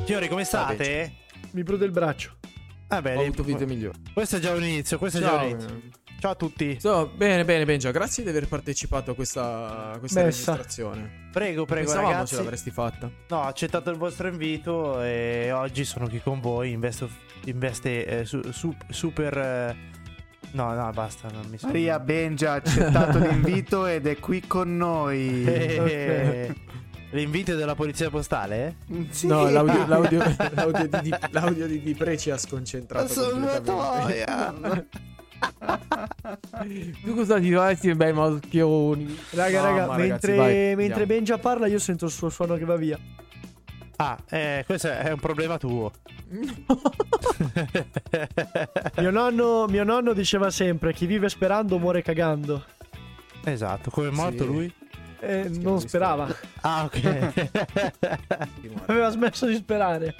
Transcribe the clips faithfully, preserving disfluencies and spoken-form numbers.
Signori, come state? Mi prude il braccio. Vabbè, Ho avuto vite migliori. Questo è già un inizio, questo Ciao. è già un inizio. Ciao a tutti. So, bene, bene, Benja, grazie di aver partecipato a questa, a questa Messa. registrazione. Prego, prego, Pensavamo ragazzi. ce l'avresti fatta. No, ho accettato il vostro invito e oggi sono qui con voi. Investo, investe eh, su, su- super. eh, No, no, basta. Non mi sono. Maria Benja ha accettato l'invito ed è qui con noi. Eh, L'invito della polizia postale? Eh? Sì. No, l'audio, l'audio, l'audio di, di, l'audio di, di Pre ci ha sconcentrato Sono completamente. noia. Tu cosa ti fai questi bei maschioni? Raga, Mamma, raga, ragazzi, mentre, vai, mentre andiamo. Benja parla io sento il suo suono che va via. Ah, eh, questo è un problema tuo. Mio nonno, mio nonno diceva sempre: chi vive sperando muore cagando. Esatto, come è morto Sì. lui? E Sì, non ho visto. sperava. Ah, ok. Aveva smesso di sperare.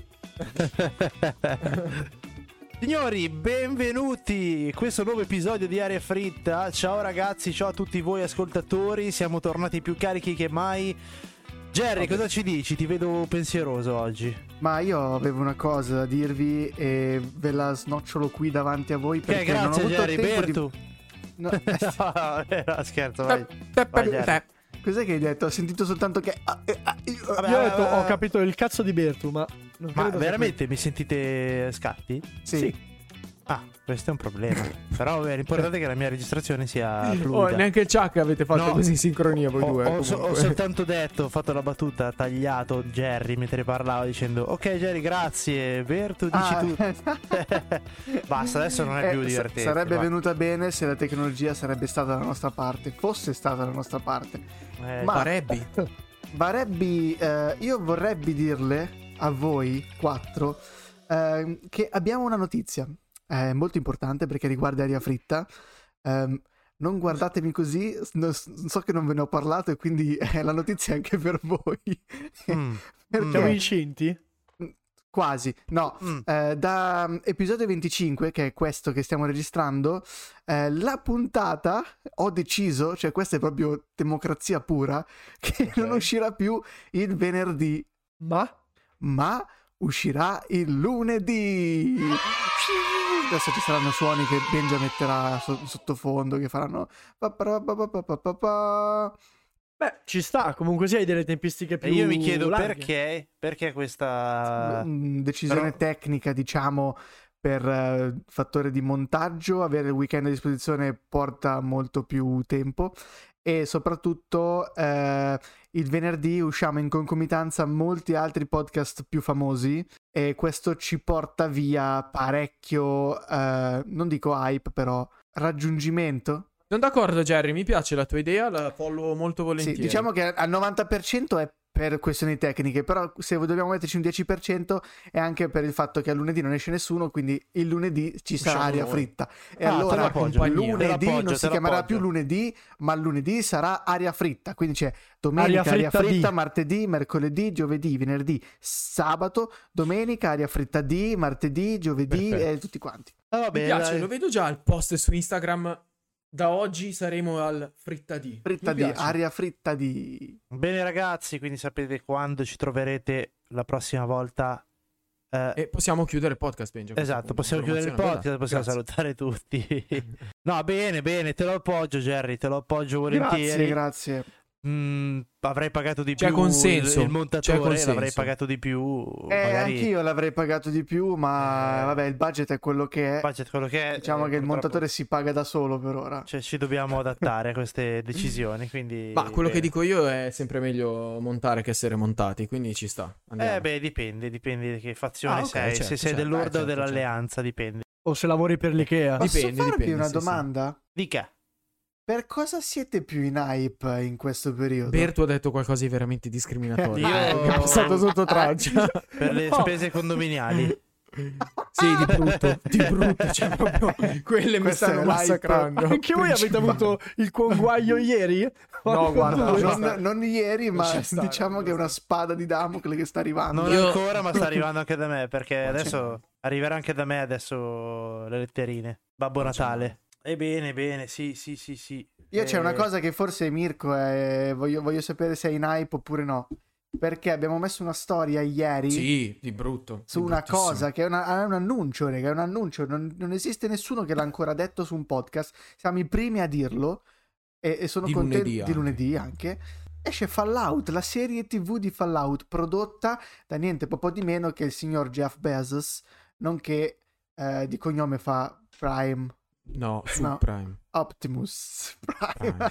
Signori, benvenuti a questo nuovo episodio di Aria Fritta. Ciao ragazzi, ciao a tutti voi ascoltatori. Siamo tornati più carichi che mai. Jerry, cosa ci dici? Ti vedo pensieroso oggi. Ma io avevo una cosa da dirvi e ve la snocciolo qui davanti a voi Che perché non ho grazie avuto Jerry, tempo Bertu. di... No, No, no, scherzo, vai. Vai, Jerry. cos'è che hai detto? Ho sentito soltanto che... ah, eh, ah, io- Vabbè, Io ho detto: vabbè, ho capito il cazzo di Bertu, ma non Ma credo sia veramente mi sentite scatti? Sì. Sì. Ah, questo è un problema. Però vabbè, l'importante è che la mia registrazione sia Oh, fluida. neanche il Chuck avete fatto No. così in sincronia voi Ho, due. ho so- ho comunque. soltanto detto, ho fatto la battuta, tagliato Jerry mentre parlavo dicendo ok Jerry grazie, Bertu dici Ah, tu. Basta, adesso non è eh, più sa- divertente. sarebbe va. venuta bene se la tecnologia sarebbe stata dalla nostra parte, fosse stata dalla nostra parte. Eh, Ma- Parebbi. Varebbi, eh, io vorrebbe dirle a voi quattro ehm, che abbiamo una notizia. È molto importante perché riguarda Aria Fritta. Ehm, non guardatemi così, no- so che non ve ne ho parlato e quindi eh, la notizia è anche per voi. mm, Perché- Siamo incinti? Quasi, no. mm. Eh, da mm, episodio venticinque, che è questo che stiamo registrando, eh, la puntata ho deciso, cioè questa è proprio democrazia pura, che Ok. non uscirà più il venerdì, Ma? ma uscirà il lunedì. Adesso ci saranno suoni che Benja metterà so- sottofondo, che faranno... pa pa pa pa pa pa pa pa. Beh, ci sta. Comunque sì, hai delle tempistiche più E io mi chiedo larghe. perché, perché questa... Mm, decisione però- tecnica, diciamo, per eh, fattore di montaggio. Avere il weekend a disposizione porta molto più tempo e soprattutto eh, il venerdì usciamo in concomitanza molti altri podcast più famosi e questo ci porta via parecchio, eh, non dico hype, però raggiungimento. Sono d'accordo, Jerry, mi piace la tua idea, la follow molto Sì, volentieri. diciamo che al novanta per cento è per questioni tecniche, però se dobbiamo metterci un dieci per cento è anche per il fatto che a lunedì non esce nessuno, quindi il lunedì ci sarà Usciamo aria noi. fritta. E Ah, te allora l'appoggio. lunedì Te l'appoggio, non si te chiamerà l'appoggio. più lunedì, ma lunedì sarà aria fritta. Quindi c'è domenica Aria aria fritta fritta, D. martedì, mercoledì, giovedì, venerdì, sabato, domenica aria fritta D, martedì, giovedì Perfetto. e tutti quanti. Ah, Mi vabbè, piace, dai. lo vedo già il post su Instagram. Da oggi saremo al Fritta D. Fritta Mi D, piace. aria fritta D. Bene ragazzi, quindi sapete quando ci troverete la prossima volta. Eh, E possiamo chiudere il podcast, Benja. Esatto, possiamo chiudere il podcast, possiamo salutare tutti. No, bene, bene, te lo appoggio Jerry, te lo appoggio volentieri. Grazie, grazie. Mm, avrei pagato di C'è più consenso, il, il c'è montatore, consenso. l'avrei pagato di più. Eh, magari anch'io l'avrei pagato di più, ma Eh. vabbè, il budget è quello che è. il budget quello che è. Diciamo eh, che il purtroppo- montatore si paga da solo per ora. Cioè, ci dobbiamo adattare a queste decisioni. Quindi, Ma quello che bene. dico io è sempre meglio montare che essere montati, quindi ci sta. Andiamo. Eh, beh, dipende, dipende di che fazione Ah, ok, sei. certo, Se sei certo, dell'ordo eh, certo, o certo. dell'alleanza, dipende. O se lavori per l'Ikea. Posso Dipende, farvi dipende, una sì, sì. domanda? Dica. Per cosa siete più in hype in questo periodo? Bertu ha detto qualcosa di veramente discriminatorio. Io- È passato sotto traccia. Per le No. spese condominiali. Sì, di brutto, di brutto, cioè proprio quelle mi Questo stanno è l'hype. massacrando. Anche voi avete avuto il conguaglio ieri? No, guarda, No, lascia non, stare. non ieri, ma Lascia stare, diciamo che è una spada di Damocle che sta arrivando. Non Io- ancora, ma sta arrivando anche da me. Perché Ma adesso arriverà anche da me adesso le letterine. Babbo Natale. E bene, bene, sì, sì, sì, sì. Io c'è Eh, una cosa che forse Mirko è... voglio, voglio sapere se è in hype oppure no. perché abbiamo messo una storia ieri Sì, di brutto. su di una bruttissimo. cosa che è, una- è un annuncio, raga, è un annuncio, non, non esiste nessuno che l'ha ancora detto su un podcast, siamo i primi a dirlo e, e sono Di contento lunedì di lunedì anche. Esce Fallout, la serie tivù di Fallout, prodotta da niente po' di meno che il signor Jeff Bezos, nonché eh, di cognome fa Prime No, su No. Prime. Optimus Prime.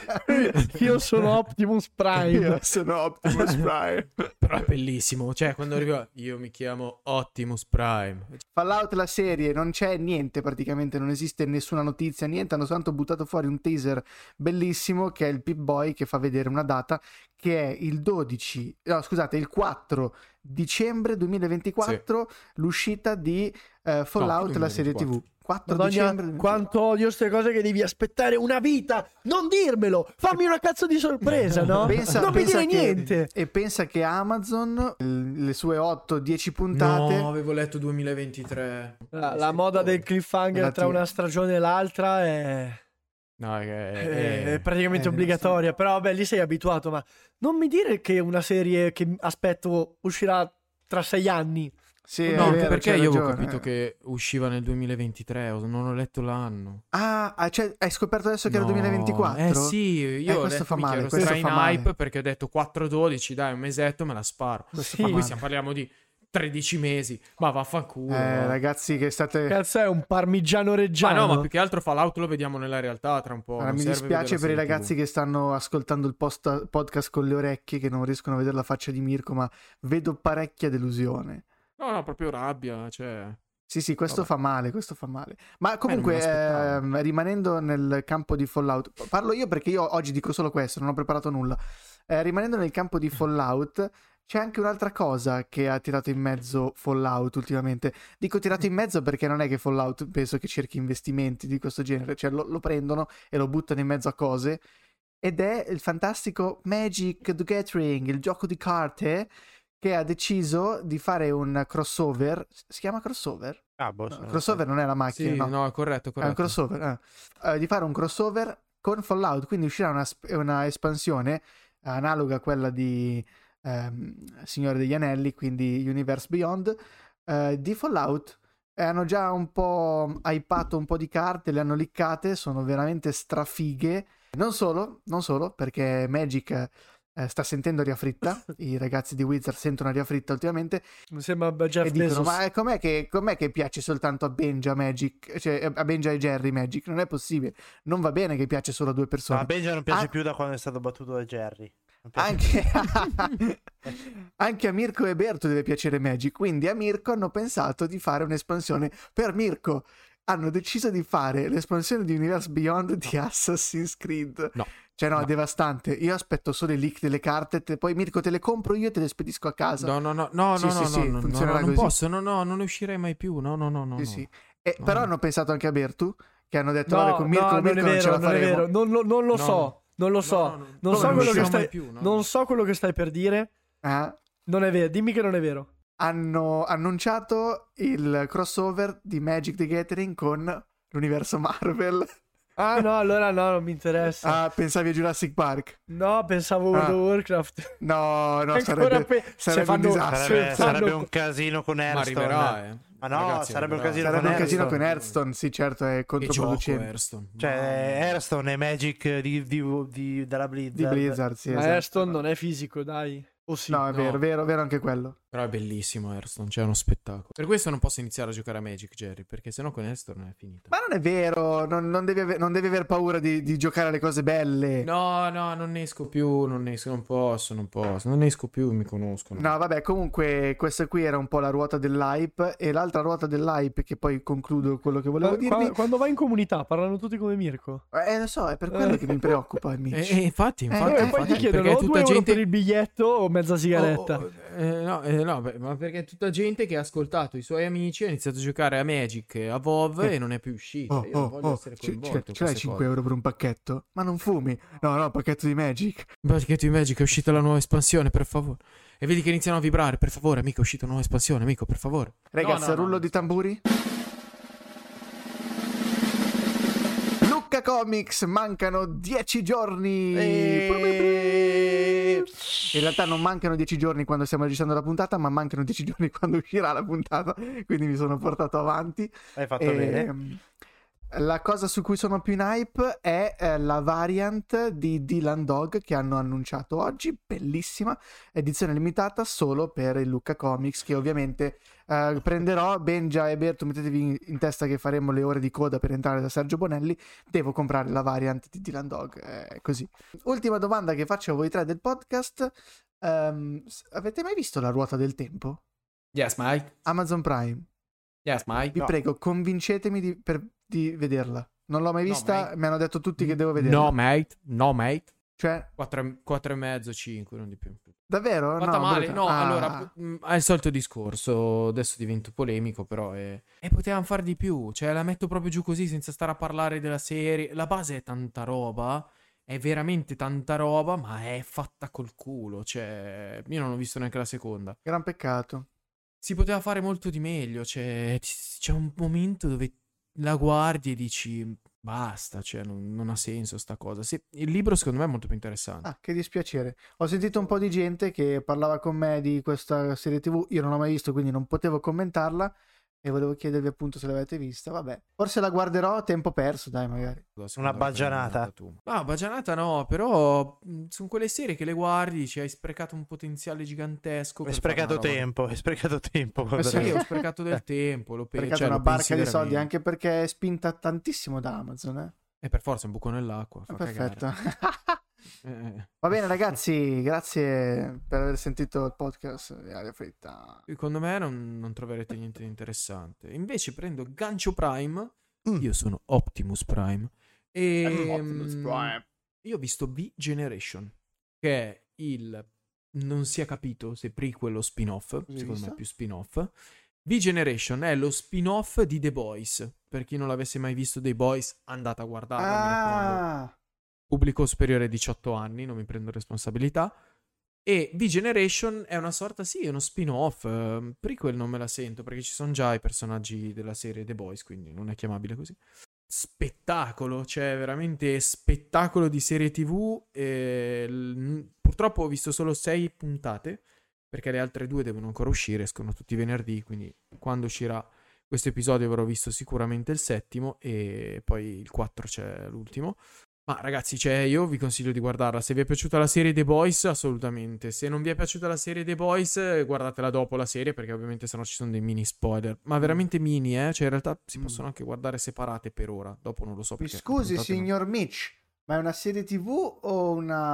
Io sono Optimus Prime. Io sono Optimus Prime. Però è bellissimo. Cioè, quando arriva, io mi chiamo Optimus Prime. Fallout la serie, non c'è niente praticamente, non esiste nessuna notizia, niente, hanno soltanto buttato fuori un teaser bellissimo che è il Pip-Boy che fa vedere una data che è il dodici, no scusate, il quattro dicembre duemilaventiquattro, l'uscita di eh, Fallout No, la serie tivù. quattro Madonna, dicembre quanto odio queste cose che devi aspettare una vita. Non dirmelo, fammi una cazzo di sorpresa, no? Pensa, non mi pensa dire che, niente. E pensa che Amazon, l- le sue otto dieci puntate, No, avevo letto duemilaventitré. La, la moda del cliffhanger tra una stagione e l'altra è, No, è, è- è- è praticamente è obbligatoria. Però vabbè, lì sei abituato. Ma non mi dire che una serie che aspetto uscirà tra sei anni. sì, è No, anche vero, perché c'hai io avevo ragione. capito che usciva nel duemilaventitré, o non ho letto l'anno. Ah, ah, cioè, hai scoperto adesso che era No, duemilaventiquattro? Eh sì, io Eh, ho questo detto, fa minchia, male, ero questo stra in fa male. hype perché ho detto quattro dodici, dai, un mesetto me la sparo. Questo Sì. fa Ma poi male. stiamo parliamo di tredici mesi, ma vaffanculo. Eh, ragazzi che state... Cazzo, è un parmigiano Ma reggiano. no, ma più che altro Fallout lo vediamo nella realtà tra un po'. Allora, non mi serve dispiace vedere per i la serie ragazzi tivù. che stanno ascoltando il post- podcast con le orecchie, che non riescono a vedere la faccia di Mirko, ma vedo parecchia delusione. No, no, proprio rabbia, cioè... Sì, sì, questo Vabbè. fa male, questo fa male. Ma comunque, non me l'aspettavo. ehm, rimanendo nel campo di Fallout, parlo io perché io oggi dico solo questo, non ho preparato nulla. Eh, rimanendo nel campo di Fallout, c'è anche un'altra cosa che ha tirato in mezzo Fallout ultimamente. Dico tirato in mezzo perché non è che Fallout penso che cerchi investimenti di questo genere, cioè lo, lo prendono e lo buttano in mezzo a cose. Ed è il fantastico Magic the Gathering, il gioco di carte che ha deciso di fare un crossover. Si chiama crossover? Ah, boh, No, sono- crossover non è la macchina, Sì, no. no, è corretto, è È un corretto. crossover. eh. Eh, di fare un crossover con Fallout, quindi uscirà una, sp- una espansione analoga a quella di ehm, Signore degli Anelli, quindi Universe Beyond, eh, di Fallout. E hanno già un po' hypato un po' di carte, le hanno liccate, sono veramente strafighe. Non solo, non solo, perché Magic eh, sta sentendo aria fritta, i ragazzi di Wizard sentono aria fritta ultimamente, Mi sembra Jeff e dicono, Bezos. ma com'è che, com'è che piace soltanto a Benja Magic, cioè a Benja e Jerry Magic? Non è possibile, non va bene che piace solo a due persone. Ma a Benja non piace Ah. più da quando è stato battuto da Jerry. Non piace Anche... Anche a Mirko e Berto deve piacere Magic, quindi a Mirko hanno pensato di fare un'espansione per Mirko. Hanno deciso di fare l'espansione di Universe Beyond di Assassin's Creed. No. Cioè no, No. è devastante. Io aspetto solo i leak delle carte, te- poi Mirko te le compro io e te le spedisco a casa. No, no, no, no, Sì, no, sì, no, sì, no, no, no, funzionerà non così. posso, no, no, non ne uscirei mai più, no, no, no, no. Sì, no. sì. E, No. Però hanno pensato anche a Bertu, che hanno detto, No, vabbè, con Mirko, no, non Mirko è non, ce vero, la non è faremo. vero. Non, lo- non lo No, so, no. non lo so. No, no, non no, so non quello che uscirò stai mai più, no. non so quello che stai per dire. Eh? Non è vero, dimmi che non è vero. Hanno annunciato il crossover di Magic the Gathering con l'universo Marvel. Ah no, allora no, non mi interessa. Ah, pensavi a Jurassic Park? No, pensavo World Ah. of Warcraft. No, no, Ancora sarebbe, pe- sarebbe se fanno- un disastro. Sarebbe, se sarebbe fanno- un casino con Ma Hearthstone. arriverà, eh. Ma no, Ragazzi, sarebbe un arriverà. casino Sarebbe un con casino Hearthstone. con Hearthstone, sì, certo, è Che gioco controproducente. Hearthstone. Cioè, Mamma mia. Hearthstone è Magic di, di- di- della Blizzard. Di Blizzard, sì, Ma esatto. Hearthstone non è fisico, dai. O sì. No, è vero, no. vero, vero anche quello. Però è bellissimo Hearthstone, c'è uno spettacolo. Per questo non posso iniziare a giocare a Magic, Jerry, perché sennò con Hearthstone è finita. Ma non è vero, non, non devi, ave- non devi aver paura di, di giocare alle cose belle. No, no, non ne esco più, non ne esco, non posso, non posso, non ne esco più, mi conoscono. No, vabbè, comunque questa qui era un po' la ruota dell'hype, e l'altra ruota dell'hype, che poi concludo quello che volevo Qua- dirvi. qua- quando vai in comunità parlano tutti come Mirko. Eh, lo so, è per quello che mi preoccupa, E, amici. e infatti, infatti, Eh, e poi infatti, ti chiedono perché o è due tutta euro gente... per il biglietto o mezza sigaretta. Oh, oh, eh, no, eh, no, beh, ma perché è tutta gente che ha ascoltato i suoi amici, ha iniziato a giocare a Magic, a WoW Eh. e non è più uscito. Oh, Io non oh, voglio oh, essere ce, coinvolto ce- in ce l'hai queste cinque cose. euro per un pacchetto? Ma non fumi? No, no, pacchetto di Magic. Perché tu in Magic è uscita la nuova espansione, per favore. E vedi che iniziano a vibrare, per favore, amico, è uscita una nuova espansione, amico, per favore. Ragazzi, No, no, rullo no. di tamburi. Luca Lucca Comics, mancano dieci giorni. E... In realtà non mancano dieci giorni quando stiamo registrando la puntata, ma mancano dieci giorni quando uscirà la puntata, quindi mi sono portato avanti. Hai fatto E, bene. La cosa su cui sono più in hype è eh, la variant di Dylan Dog che hanno annunciato oggi, bellissima, edizione limitata solo per il Lucca Comics, che ovviamente eh, prenderò. Benja e Berto, mettetevi in, in testa che faremo le ore di coda per entrare da Sergio Bonelli, devo comprare la variant di Dylan Dog, è così. Ultima domanda che faccio a voi tre del podcast, um, avete mai visto La Ruota del Tempo? Yes, Mike. Amazon Prime. Yes, Mike. Vi No. prego, convincetemi di, per, di vederla. Non l'ho mai No, vista, mate. mi hanno detto tutti che devo vederla. No, mate. No, mate. Cioè, quattro e mezzo, cinque, non di più. davvero? Fatta no, male? brutta. No, Ah. allora, mh, è il solito discorso. Adesso divento polemico, però è... E potevamo far di più. Cioè, la metto proprio giù così, senza stare a parlare della serie. La base è tanta roba. È veramente tanta roba, ma è fatta col culo. Cioè, io non ho visto neanche la seconda. Gran peccato. Si poteva fare molto di meglio. Cioè, c'è un momento dove la guardi e dici basta, cioè non, non ha senso sta cosa. Se- il libro secondo me è molto più interessante. Ah, che dispiacere. Ho sentito un po' di gente che parlava con me di questa serie tivù. Io non l'ho mai visto, quindi non potevo commentarla. E volevo chiedervi appunto se l'avete vista. Vabbè, forse la guarderò a tempo perso, dai, magari. Secondo me baggianata. l'hai tu. No, baggianata no, però mh, sono quelle serie che le guardi, ci hai sprecato un potenziale gigantesco. Hai per fare sprecato una roba. tempo, hai sprecato tempo. Eh sì, Sì, ho sprecato del tempo, lo, pe- Perché cioè, una lo barca pensi di soldi, veramente. anche perché è spinta tantissimo da Amazon, eh. E per forza è un buco nell'acqua. Fa Perfetto. cagare. Eh, eh. Va bene, ragazzi, grazie per aver sentito il podcast di Aria Fritta. Secondo me non, non troverete niente di interessante. Invece prendo Gancio Prime. Mm. Io sono Optimus Prime. E Optimus mm, Prime. io ho visto V-Generation, che è il... non si è capito se prequel o spin-off, Cos'hai secondo visto? me è più spin-off. V-Generation è lo spin-off di The Boys. Per chi non l'avesse mai visto The Boys, andate a guardarlo, mi raccomando. Ah, Pubblico superiore ai diciotto anni, non mi prendo responsabilità. E V-Generation è una sorta, sì, è uno spin-off. eh, prequel non me la sento, perché ci sono già i personaggi della serie The Boys, quindi non è chiamabile così. Spettacolo, cioè veramente spettacolo di serie tivù. e l- Purtroppo ho visto solo sei puntate, perché le altre due devono ancora uscire, escono tutti i venerdì, quindi quando uscirà questo episodio avrò visto sicuramente il settimo e poi il quattro c'è l'ultimo. Ma ragazzi, cioè, io vi consiglio di guardarla. Se vi è piaciuta la serie The Boys, assolutamente. Se non vi è piaciuta la serie The Boys, eh, guardatela dopo la serie, perché ovviamente sennò ci sono dei mini spoiler. Ma veramente mini, eh? Cioè, in realtà si Mm. possono anche guardare separate per ora. Dopo non lo so mi perché. scusi, le puntate non- signor Mitch, ma è una serie tivù o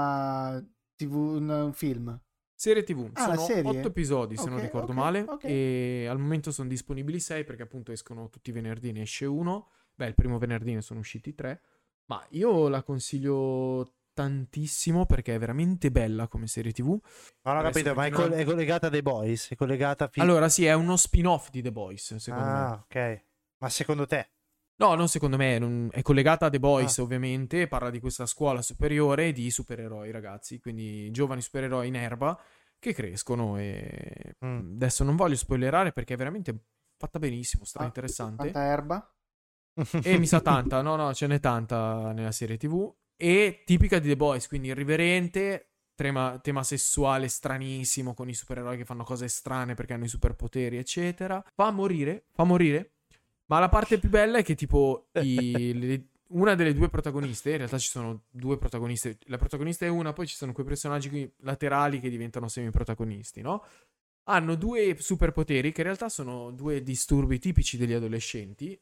una tivù, un, un film? Serie tivù. Ah, la sono serie? otto episodi, se non Ok, ricordo ok, male. ok. E al momento sono disponibili sei, perché appunto escono tutti i venerdì, ne esce uno. Beh, il primo venerdì ne sono usciti tre. Ma io la consiglio tantissimo perché è veramente bella come serie tivù. Non ho Adesso capito, ma è, perché non- col- è collegata a The Boys? È collegata a fi- Allora, sì, è uno spin-off di The Boys, secondo Ah, me. ok. Ma secondo te? No, non secondo me, non- è collegata a The Boys, Ah. ovviamente. Parla di questa scuola superiore di supereroi, ragazzi. Quindi giovani supereroi in erba che crescono e... Mm. Adesso non voglio spoilerare perché è veramente fatta benissimo, stra Ah, interessante. Quanta erba? E mi sa tanta, no, no, ce n'è tanta nella serie tivù. E tipica di The Boys, quindi irriverente, tema, tema sessuale stranissimo con i supereroi che fanno cose strane perché hanno i superpoteri, eccetera. Fa morire, fa morire. Ma la parte più bella è che tipo i- le- una delle due protagoniste, in realtà ci sono due protagoniste, la protagonista è una, poi ci sono quei personaggi qui laterali che diventano semi-protagonisti, no? Hanno due superpoteri che in realtà sono due disturbi tipici degli adolescenti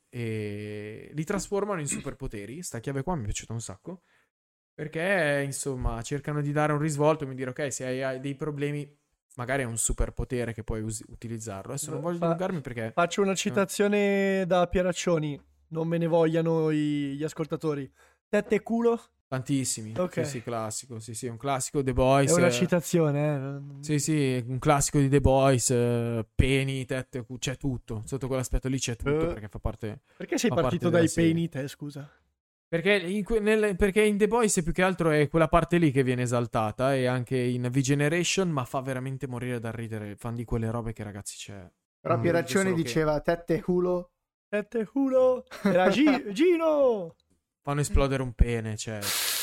e li trasformano in superpoteri. Sta chiave qua mi è piaciuta un sacco perché insomma cercano di dare un risvolto e mi dire ok, se hai, hai dei problemi magari è un superpotere che puoi us- utilizzarlo. Adesso non voglio Fa- dilungarmi perché Faccio una citazione da Pieraccioni, non me ne vogliano i- gli ascoltatori. Tette e culo tantissimi. Ok. Sì, sì, classico. Sì, sì, un classico The Boys. è una eh, citazione, eh. Sì, sì, un classico di The Boys, eh, peni, tette, cu- c'è tutto. Sotto quell'aspetto lì c'è tutto Eh. perché fa parte. Perché sei fa parte partito della dai serie. peni te, scusa? Perché in, que- nel- perché in The Boys più che altro è quella parte lì che viene esaltata e anche in V-Generation, ma fa veramente morire da ridere. Fan di quelle robe che ragazzi c'è. Però Mm. Pieraccioni Solo che- diceva tette e culo. Tette e culo era Gi- Gino! fanno esplodere un pene, cioè...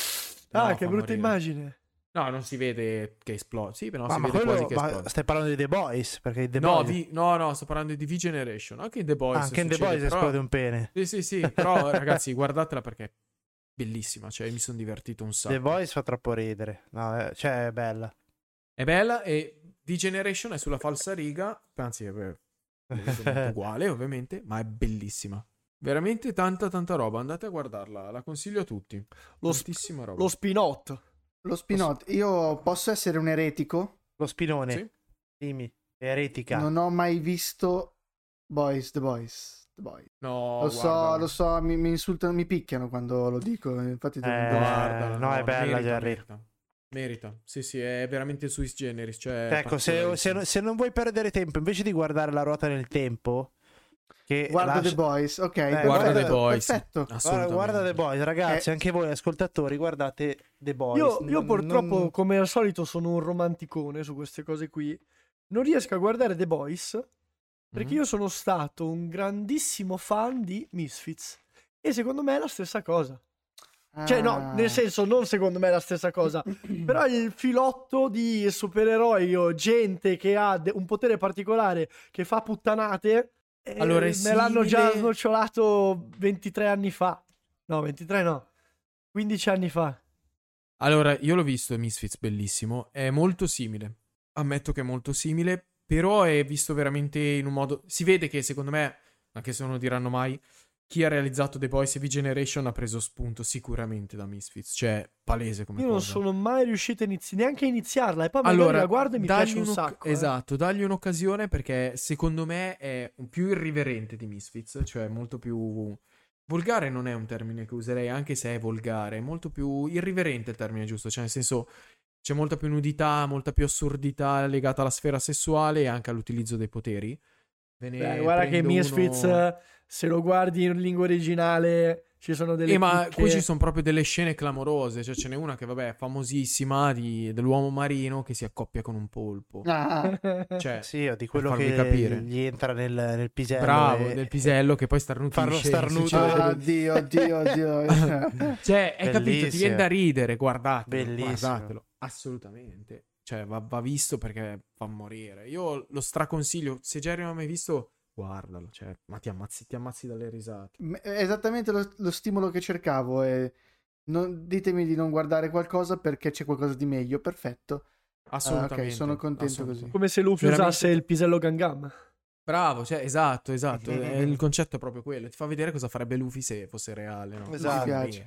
Ah, no, che fa brutta morire. immagine. No, non si vede che esplode. Sì, però Ah, si ma vede quello, quasi che ma esplode. stai parlando di The Boys? Perché The No, Boys... vi- no, no, sto parlando di V-Generation. Anche in The Boys Ah, anche in The succede, Boys però- esplode un pene. Sì, sì, sì. Però, ragazzi, guardatela perché è bellissima. Cioè, mi sono divertito un sacco. The Boys fa troppo ridere. No, eh, cioè, è bella. È bella e V-Generation è sulla falsariga. Anzi, è è molto uguale, ovviamente, ma è bellissima. Veramente tanta, tanta roba. Andate a guardarla. La consiglio a tutti. Lo, sp- Tantissima roba. lo spin-off. Lo spin-off. Io posso essere un eretico? Lo spinone. Sì. Dimmi. Eretica. Non ho mai visto Boys, The Boys. The Boys. No, lo so, guardala. lo so, mi, mi insultano, mi picchiano quando lo dico. Infatti, devo Eh, andare- Guardala, no, è bella, merita, Jerry. merita. Merita. Sì, sì, è veramente sui generis. Cioè, Ecco, se, particolarissimo. se- se non vuoi perdere tempo, invece di guardare La ruota nel tempo, che Guarda lascia- The Boys, ok. Eh, Guarda guarda- The Boys. Perfetto. Guarda, Assolutamente. guarda The Boys, ragazzi, Eh. anche voi ascoltatori, guardate The Boys. Io, io Non- purtroppo, non- come al solito, sono un romanticone su queste cose qui. Non riesco a guardare The Boys perché Mhm. io sono stato un grandissimo fan di Misfits. E secondo me è la stessa cosa. Cioè, no, Ah. nel senso, non secondo me è la stessa cosa. Però il filotto di supereroi o gente che ha de- un potere particolare che fa puttanate, eh, Allora, è me l'hanno già simile- snocciolato ventitré anni fa. No, ventitré no. quindici anni fa. Allora, io l'ho visto Misfits, bellissimo. È molto simile. Ammetto che è molto simile, però è visto veramente in un modo... Si vede che, secondo me, anche se non lo diranno mai, chi ha realizzato The Boys e V-Generation ha preso spunto sicuramente da Misfits. Cioè, palese come Io non cosa. sono mai riuscito a inizi- neanche a iniziarla. E poi magari Allora, la guardo e mi dagli piace un un'oc- sacco. eh. Esatto, dagli un'occasione perché secondo me è un più irriverente di Misfits, cioè molto più... Volgare non è un termine che userei, anche se è volgare, è molto più irriverente il termine giusto, cioè nel senso c'è molta più nudità, molta più assurdità legata alla sfera sessuale e anche all'utilizzo dei poteri. Ve ne Beh, guarda che prendo Misfits, uno- eh, se lo guardi in lingua originale, ci sono delle Eh, ma chicche. qui ci sono proprio delle scene clamorose, cioè ce n'è una che vabbè è famosissima di- dell'uomo marino che si accoppia con un polpo. Ah. Cioè, Sì, o di quello farvi che capire. gli entra nel, nel pisello. bravo, e- del pisello che poi starnutisce. Farlo starnuto. succede- Ah, Dio, Dio, Dio. Cioè, hai capito, ti Bellissimo. viene da ridere, guardatelo, Bellissimo. guardatelo, assolutamente. Cioè, va, va visto perché fa morire. Io lo straconsiglio, se Jerry non l'ha mai visto, guardalo, cioè, ma ti ammazzi, ti ammazzi dalle risate. È esattamente lo, lo stimolo che cercavo. E non, ditemi di non guardare qualcosa perché c'è qualcosa di meglio. Perfetto. Assolutamente. ok, sono contento assolutamente. così. Come se Luffy Veramente- usasse il pisello Gangam. Bravo, cioè, esatto, esatto. è- il concetto è proprio quello. Ti fa vedere cosa farebbe Luffy se fosse reale, no? Esatto. Mamma Mi piace. mia.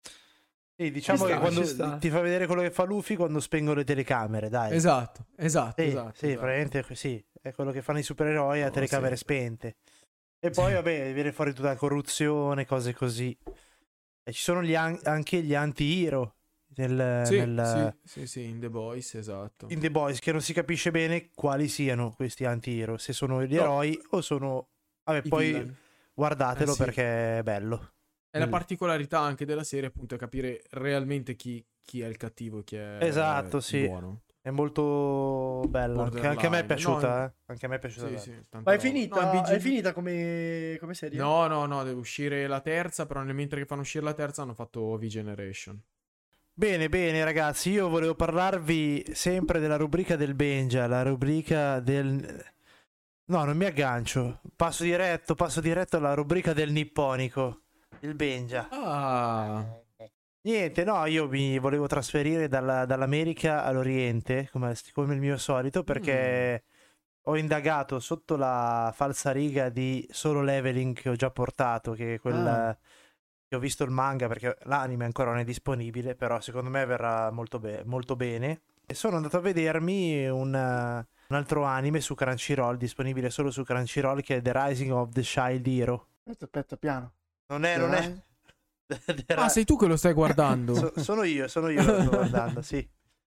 Sì, diciamo Ci che sta, quando ci sta. ti fa vedere quello che fa Luffy quando spengono le telecamere, dai. Esatto, esatto, Sì, esatto. sì, esatto. praticamente sì, è quello che fanno i supereroi a No, telecamere sempre. spente. E poi, vabbè, viene fuori tutta la corruzione, cose così. E ci sono gli an- anche gli anti-hero nel, Sì, nel- sì, sì, sì, in The Boys, esatto. in The Boys, che non si capisce bene quali siano questi anti-hero, se sono gli No. eroi o sono... Vabbè, I poi villain. guardatelo Eh, sì. perché è bello. È la Bello. particolarità anche della serie, appunto, è capire realmente chi, chi è il cattivo e chi è Esatto, il sì. buono. È molto bella. Anche, anche a me è Borderline. piaciuta, No, eh. Anche a me è piaciuta. Sì, tanto. sì, tanta Ma è roba. finita, No, in B G è finita come, come serie? No, no, no, deve uscire la terza, però nel mentre che fanno uscire la terza hanno fatto V-Generation. Bene, bene ragazzi, io volevo parlarvi sempre della rubrica del Benja, la rubrica del... No, non mi aggancio, passo diretto, passo diretto alla rubrica del nipponico, il Benja. Ah, Niente, no, io mi volevo trasferire dalla- dall'America all'Oriente, come, come il mio solito, perché ho indagato sotto la falsariga di Solo Leveling che ho già portato, che è quella... Ah. che ho visto il manga perché l'anime ancora non è disponibile, però secondo me verrà molto, be- molto bene. E sono andato a vedermi un, uh, un altro anime su Crunchyroll, disponibile solo su Crunchyroll, che è The Rising of the Child Hero. Aspetta, aspetta, piano. Non è, non è... The ah, Ri- sei tu che lo stai guardando? So- sono io, sono io che lo sto guardando, sì.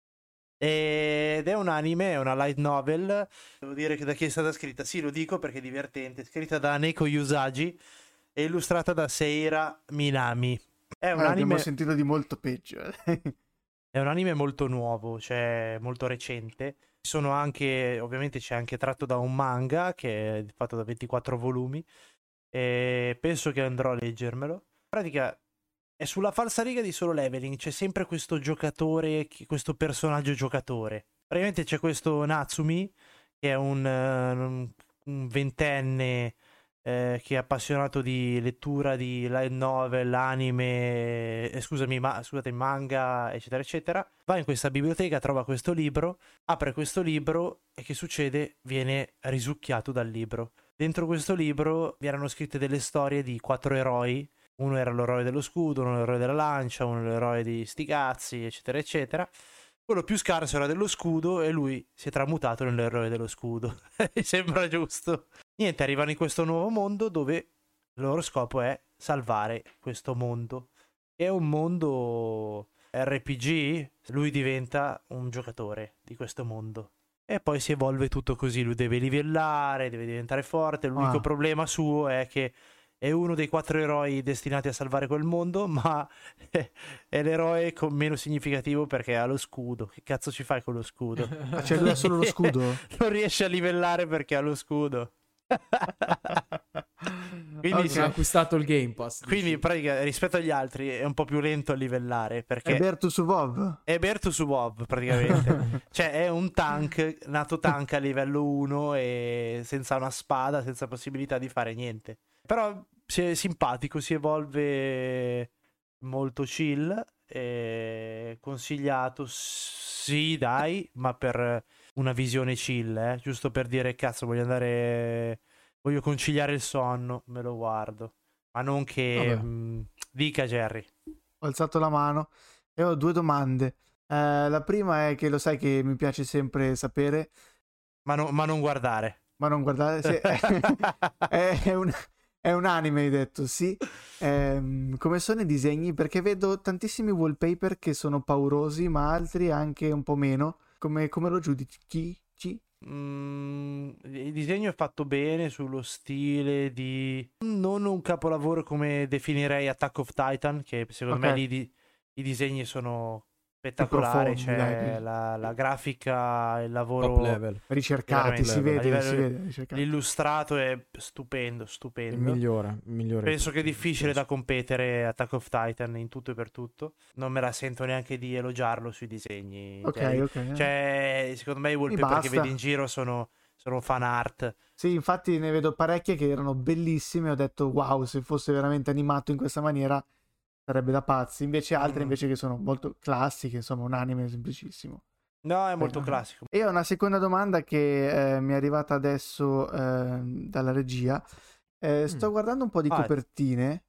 Ed è un anime, è una light novel. Devo dire che da chi è stata scritta? Sì, lo dico perché è divertente. Scritta da Neko Usagi e illustrata da Seira Minami. È un Ah, anime... abbiamo sentito di molto peggio. È un anime molto nuovo, cioè molto recente. Ci sono anche, ovviamente c'è anche tratto da un manga che è fatto da ventiquattro volumi e penso che andrò a leggermelo. In pratica è sulla falsariga di Solo Leveling, c'è sempre questo giocatore, questo personaggio giocatore. Praticamente c'è questo Natsumi, che è un, un, un ventenne eh, che è appassionato di lettura di light novel, anime, eh, scusami, ma, scusate, manga, eccetera, eccetera. Va in questa biblioteca, trova questo libro, apre questo libro e che succede? Viene risucchiato dal libro. Dentro questo libro vi erano scritte delle storie di quattro eroi. Uno era l'eroe dello scudo, uno l'eroe della lancia, uno l'eroe di sti cazzi, eccetera, eccetera. Quello più scarso era dello scudo e lui si è tramutato nell'eroe dello scudo. Mi sembra giusto. Niente, arrivano in questo nuovo mondo dove il loro scopo è salvare questo mondo. È un mondo R P G, lui diventa un giocatore di questo mondo. E poi si evolve tutto così, lui deve livellare, deve diventare forte. L'unico Ah. problema suo è che è uno dei quattro eroi destinati a salvare quel mondo, ma è l'eroe con meno significativo perché ha lo scudo. Che cazzo ci fai con lo scudo? Ma c'è lui ha solo lo scudo? Non riesce a livellare perché ha lo scudo. Quindi, Okay. sì, Ha acquistato il Game Pass. quindi dici. in pratica, rispetto agli altri è un po' più lento a livellare perché È Bertu su WoW? è Bertu su WoW praticamente. Cioè è un tank, nato tank a livello uno e senza una spada, senza possibilità di fare niente. Però si è simpatico, si evolve molto chill, e consigliato, sì dai, ma per una visione chill, eh? Giusto per dire cazzo voglio andare, voglio conciliare il sonno, me lo guardo. Ma non che... Vabbè. mh, dica Jerry. Ho alzato la mano e ho due domande. Eh, la prima è che lo sai che mi piace sempre sapere, Ma, no- ma non guardare. ma non guardare. Sì, è, è un, è un anime, hai detto, sì. Ehm, come sono i disegni? Perché vedo tantissimi wallpaper che sono paurosi, ma altri anche un po' meno. Come, come lo giudichi? Ci? Mm, il disegno è fatto bene sullo stile di... non un capolavoro come definirei Attack of Titan, che secondo Ok. me lì di- i disegni sono spettacolari, profondi, c'è dai. la, la grafica, il Top lavoro, level. Ricercati, si veramente, a vede, si livello- vede. Ricercati. l'illustrato è stupendo, Il stupendo. migliore. Il migliore Penso di che è tutti, difficile da penso. competere Attack of Titan in tutto e per tutto. Non me la sento neanche di elogiarlo sui disegni. Ok, Jerry. ok. Cioè, secondo me i wallpaper che basta. vedi in giro sono, sono fan art. Sì, infatti ne vedo parecchie che erano bellissime. Ho detto, wow, se fosse veramente animato in questa maniera sarebbe da pazzi. Invece altre Mm. invece che sono molto classiche, insomma, un anime semplicissimo. No, è molto Eh, classico. E ho una seconda domanda che eh, mi è arrivata adesso eh, dalla regia. Eh, sto Mm. guardando un po' di Ah, copertine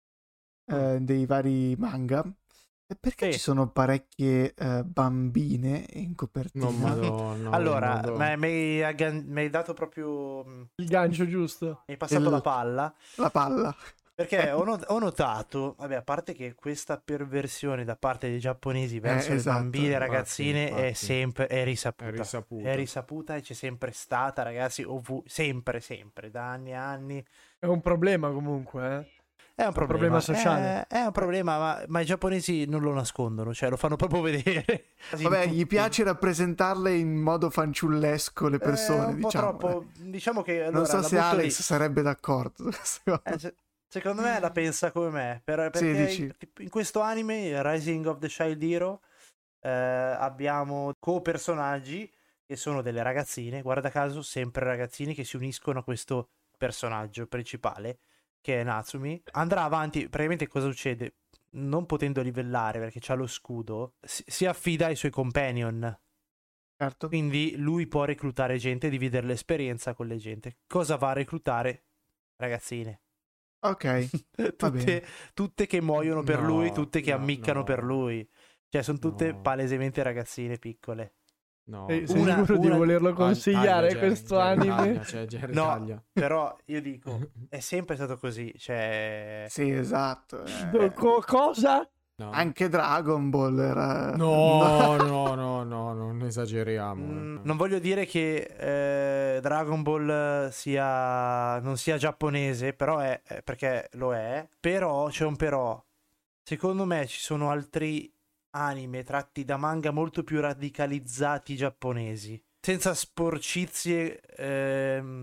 eh, dei vari manga. E perché Sì. ci sono parecchie eh, bambine in copertina? No, madonna. Allora, madonna. mi hai aggan- mi hai dato proprio... Mi Il gancio giusto. hai passato Il- la palla. La palla. Perché ho, not- ho notato, vabbè, a parte che questa perversione da parte dei giapponesi verso esatto, le bambine e infatti, ragazzine è infatti. sempre è risaputa. È risaputa. È risaputa e c'è sempre stata, ragazzi, ovvu- sempre, sempre, da anni e anni. È un problema comunque, eh. È un problema, problema sociale. È, è un problema, ma, ma i giapponesi non lo nascondono, cioè lo fanno proprio vedere. Vabbè, In gli tutti. piace rappresentarle in modo fanciullesco le Eh, persone, un po' diciamo. troppo. Diciamo che allora, non so la se butto Alex lì. sarebbe d'accordo su questa cosa. Eh, se- secondo me la pensa come me, per- Sì, perché dici. in questo anime, Rising of the Child Hero, eh, abbiamo co-personaggi che sono delle ragazzine, guarda caso sempre ragazzine che si uniscono a questo personaggio principale che è Natsumi. Andrà avanti, praticamente cosa succede? Non potendo livellare perché c'ha lo scudo, si, si affida ai suoi companion. Certo. Quindi lui può reclutare gente e dividere l'esperienza con le gente. Cosa va a reclutare? Ragazzine. Ok, va tutte, bene. tutte che muoiono per No, lui, tutte che no, ammiccano no. per lui. Cioè, sono tutte No. palesemente ragazzine piccole. No. Sei, sei Una- sicuro di una- volerlo Ah, consigliare taglia, Jerry, questo Jerry, anime? taglia, cioè, Jerry, No, taglia. però io dico, è sempre stato così. Cioè, Sì, esatto. eh. Do- co- cosa? No. Anche Dragon Ball era... No, no, no, no, non esageriamo. mm, eh. non voglio dire che eh, Dragon Ball sia non sia giapponese, però è è- perché lo è. Però c'è un però. Secondo me ci sono altri anime tratti da manga molto più radicalizzati giapponesi, senza sporcizie ehm,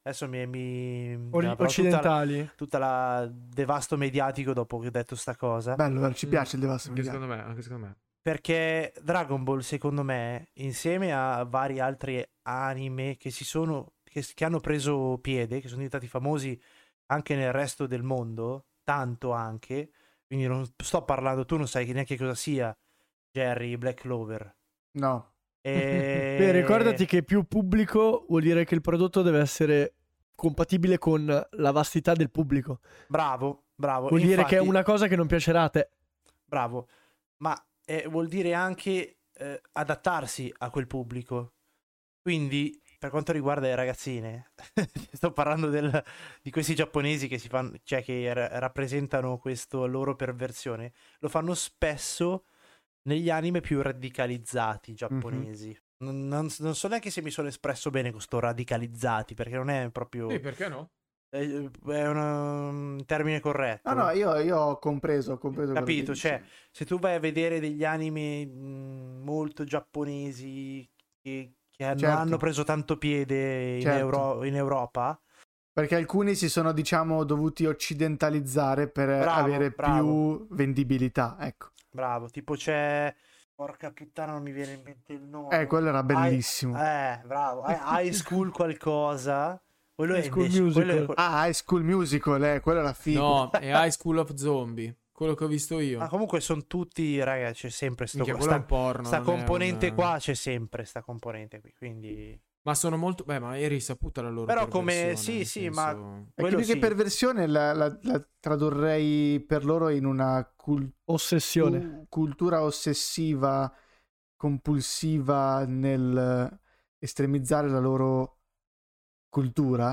Adesso mi... mi... Ori- mi avrò occidentali. Tutta la, tutta la devasto mediatico dopo che ho detto sta cosa. Bello, bello, ci piace il devasto Anche mediatico. secondo me, anche secondo me. Perché Dragon Ball, secondo me, insieme a vari altri anime che si sono... Che, che hanno preso piede, che sono diventati famosi anche nel resto del mondo, tanto anche, quindi non sto parlando, tu non sai neanche cosa sia Jerry Black Clover. No. E... Beh, ricordati che più pubblico vuol dire che il prodotto deve essere compatibile con la vastità del pubblico. Bravo, bravo. Vuol dire Infatti, che è una cosa che non piacerà a te. bravo, ma eh, vuol dire anche eh, adattarsi a quel pubblico. Quindi, per quanto riguarda le ragazzine, sto parlando del- di questi giapponesi che si fanno, cioè che ra- rappresentano questa loro perversione, lo fanno spesso negli anime più radicalizzati giapponesi. Non, non- non so neanche se mi sono espresso bene con sto radicalizzati, perché non è proprio... Sì, perché no? È, è una- un termine corretto. No, no, io, io ho compreso, ho compreso quello Capito, che cioè, dici. se tu vai a vedere degli anime mh, molto giapponesi che, che hanno, Certo. hanno preso tanto piede in, Certo. Euro- in Europa, Perché alcuni si sono, diciamo, dovuti occidentalizzare per Bravo, avere bravo. più vendibilità, ecco. bravo, tipo c'è... Porca puttana, non mi viene in mente il nome. Eh, quello era bellissimo. High- eh, bravo. High High School qualcosa. Quello High è School invece- quello è- Musical. Ah, High School Musical, eh, quello era figo. No, è High School of Zombie. Quello che ho visto io. Ma comunque sono tutti, raga, c'è sempre sto, Minchia, quello è sta, un porno. sta non è componente un- qua, c'è sempre sta componente qui, quindi... Ma sono molto. Beh, ma è risaputa la loro Però come- perversione, sì, nel sì, senso- ma- E quello più che sì. perversione la, la- la tradurrei per loro in una cul- Ossessione. cu- cultura ossessiva, compulsiva nel estremizzare la loro cultura.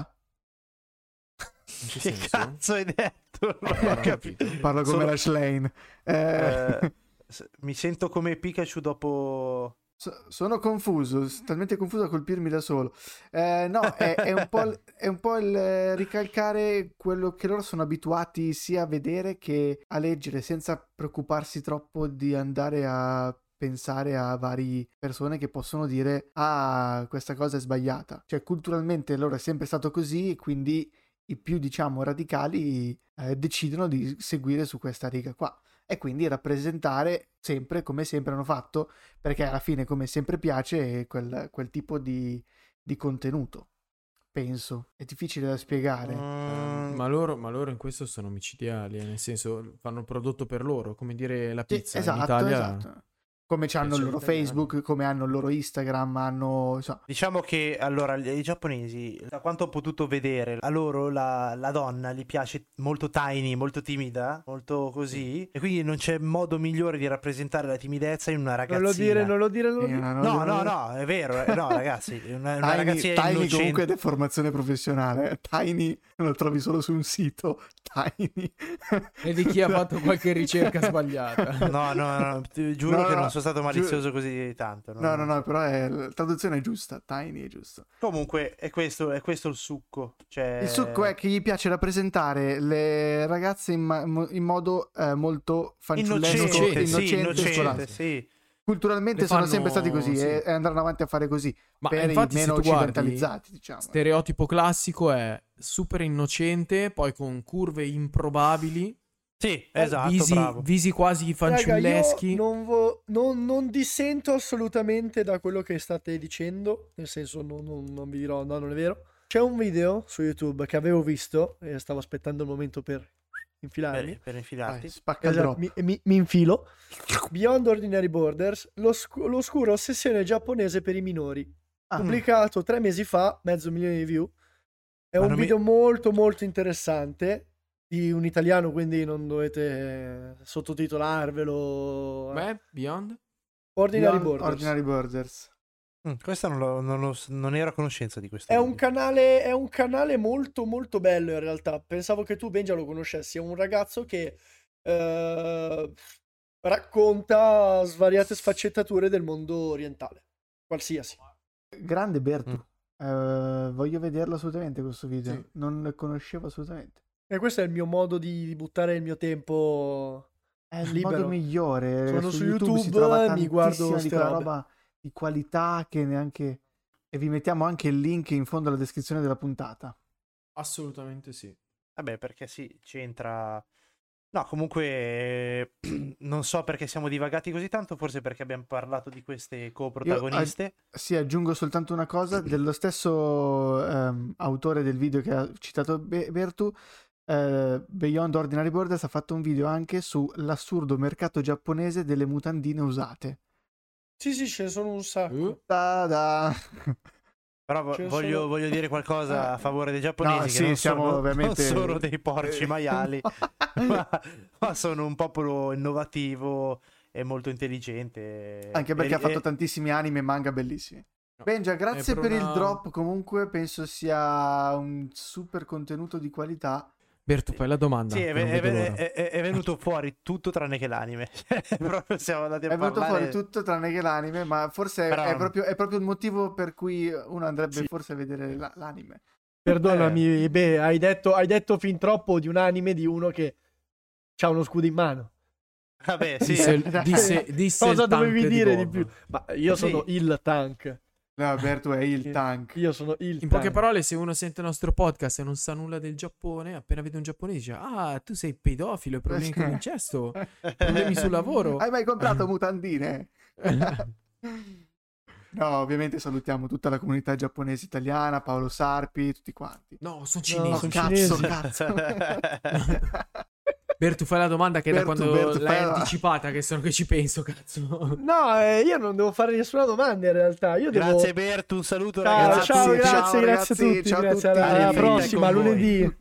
In che Che senso? cazzo hai detto? Non Non ho ho capito. capito. Parlo come Sono- Lash Lane. Eh, Eh, s- mi sento come Pikachu dopo... so- sono confuso, s- talmente confuso da colpirmi da solo. Eh, no, è, è un po', il- è un po' il eh, ricalcare quello che loro sono abituati sia a vedere che a leggere, senza preoccuparsi troppo di andare a pensare a varie persone che possono dire ah, questa cosa è sbagliata. Cioè, culturalmente loro è sempre stato così e quindi i più, diciamo, radicali eh, decidono di seguire su questa riga qua. E quindi rappresentare sempre, come sempre hanno fatto, perché alla fine, come sempre, piace quel, quel tipo di, di contenuto. Penso. È difficile da spiegare. Mm, Ma loro, ma loro in questo sono omicidiali, eh, nel senso fanno il prodotto per loro, come dire la Sì, pizza. in esatto, Italia esatto. Come hanno il Piace loro all'italiano. Facebook, come hanno il loro Instagram, hanno... insomma, Diciamo che allora i giapponesi, da quanto ho potuto vedere, a loro la, la donna gli piace molto tiny, molto timida, molto così, e quindi non c'è modo migliore di rappresentare la timidezza in una Non ragazzina. lo dire, non lo dire, non lo eh, dire. no, No, no, no, è vero, eh, no ragazzi, una, una Tiny, ragazzina Tiny innocente. comunque è deformazione professionale. eh. Tiny lo trovi solo su un sito. Tiny. e di chi ha fatto qualche ricerca sbagliata. No, no, no, ti giuro No, che no, non sono stato malizioso giuro- così tanto. No, no, no, però è, la traduzione è giusta. Tiny è giusto. Comunque è questo, è questo il succo. Cioè... Il succo è che gli piace rappresentare le ragazze in, ma- mo- in modo eh, molto fanciullesco, innocente, sì, innocente, innocente, scolastico. sì. Culturalmente Le sono fanno- sempre stati così sì. e, e andranno avanti a fare così. Ma per infatti, i se meno tu guardi, occidentalizzati, diciamo. stereotipo classico è super innocente, poi con curve improbabili, Sì, esatto, visi, bravo. visi quasi Raga, fanciulleschi. io non, vo- non- non dissento assolutamente da quello che state dicendo, nel senso non, non- non vi dirò, no, non è vero. C'è un video su YouTube che avevo visto e stavo aspettando il momento per infilarmi. Per, per infilarti. Dai, spacca il Esatto, drop. mi, mi- mi infilo. Beyond Ordinary Borders, l'oscu- l'oscura ossessione giapponese per i minori. Ah, Pubblicato tre mesi fa, mezzo milione di view. È Ma un non mi- video molto molto interessante. Di un italiano, quindi non dovete eh, sottotitolarvelo. Beh, Beyond? Ordinary Beyond Borders. Ordinary Borders. Mm, questa non, lo- non, lo- non ero a conoscenza di questo. È un, video. canale, è un canale molto molto bello in realtà. Pensavo che tu, Benja, lo conoscessi. È un ragazzo che eh, racconta svariate sfaccettature del mondo orientale. Qualsiasi. Grande Bertu. Mm. Eh, voglio vederlo assolutamente questo video. Sì. Non lo conoscevo assolutamente. E questo è il mio modo di, di buttare il mio tempo. È il Libero. modo migliore. Sono su si YouTube trova e mi guardo tantissima di ste quella robe. roba di qualità che neanche... E vi mettiamo anche il link in fondo alla descrizione della puntata. Assolutamente sì. Vabbè, perché sì, c'entra... No, comunque non so perché siamo divagati così tanto, forse perché abbiamo parlato di queste coprotagoniste. Io, ag- sì, aggiungo soltanto una cosa, dello stesso ehm, autore del video che ha citato Be- Bertu, eh, Beyond Ordinary Borders ha fatto un video anche sull'assurdo mercato giapponese delle mutandine usate. Sì, sì, ce ne sono un sacco. Uh, Ta-da! Però vo- Ce ne voglio, sono- voglio dire qualcosa a favore dei giapponesi, No, che sì, non, siamo sono, ovviamente- non sono dei porci maiali, ma, ma sono un popolo innovativo e molto intelligente. Anche perché E- ha fatto e- tantissimi anime e manga bellissimi. no. Benja, grazie È per per il una- drop, comunque penso sia un super contenuto di qualità. Bertu, fai la domanda. Sì, che è, non è- vedo è- l'ora. è- è venuto fuori tutto tranne che l'anime. Proprio siamo andati a È venuto parlare... fuori tutto tranne che l'anime, ma forse Però- è, proprio, è proprio il motivo per cui uno andrebbe Sì. forse a vedere la- l'anime. Perdonami, beh, hai detto, hai detto fin troppo di un anime di uno che ha uno scudo in mano. Vabbè, sì. Disse, il- disse, disse Cosa il tank dovevi dire di Bob. più? Ma io Sì. sono il tank. No, Alberto è il tank. Io sono il In tank. poche parole, se uno sente il nostro podcast e non sa nulla del Giappone, appena vede un giapponese dice: ah, tu sei pedofilo, hai problemi con l'incesto, problemi sul lavoro. Hai mai comprato mutandine? No, ovviamente salutiamo tutta la comunità giapponese italiana, Paolo Sarpi, tutti quanti. No, sono No, cinesi. sono cazzo, cinesi. cazzo. Bertu, fai la domanda che è da Bertu, quando Bertu, l'hai fai la- anticipata, che sono che ci penso, cazzo. No, eh, io non devo fare nessuna domanda in realtà. Io devo... Grazie Bertu, un saluto Ciao, ragazzi. ciao, Ciao, grazie, ciao, grazie a ragazzi, tutti. ciao a Grazie, tutti. alla, alla Arrivederci prossima, con voi. lunedì.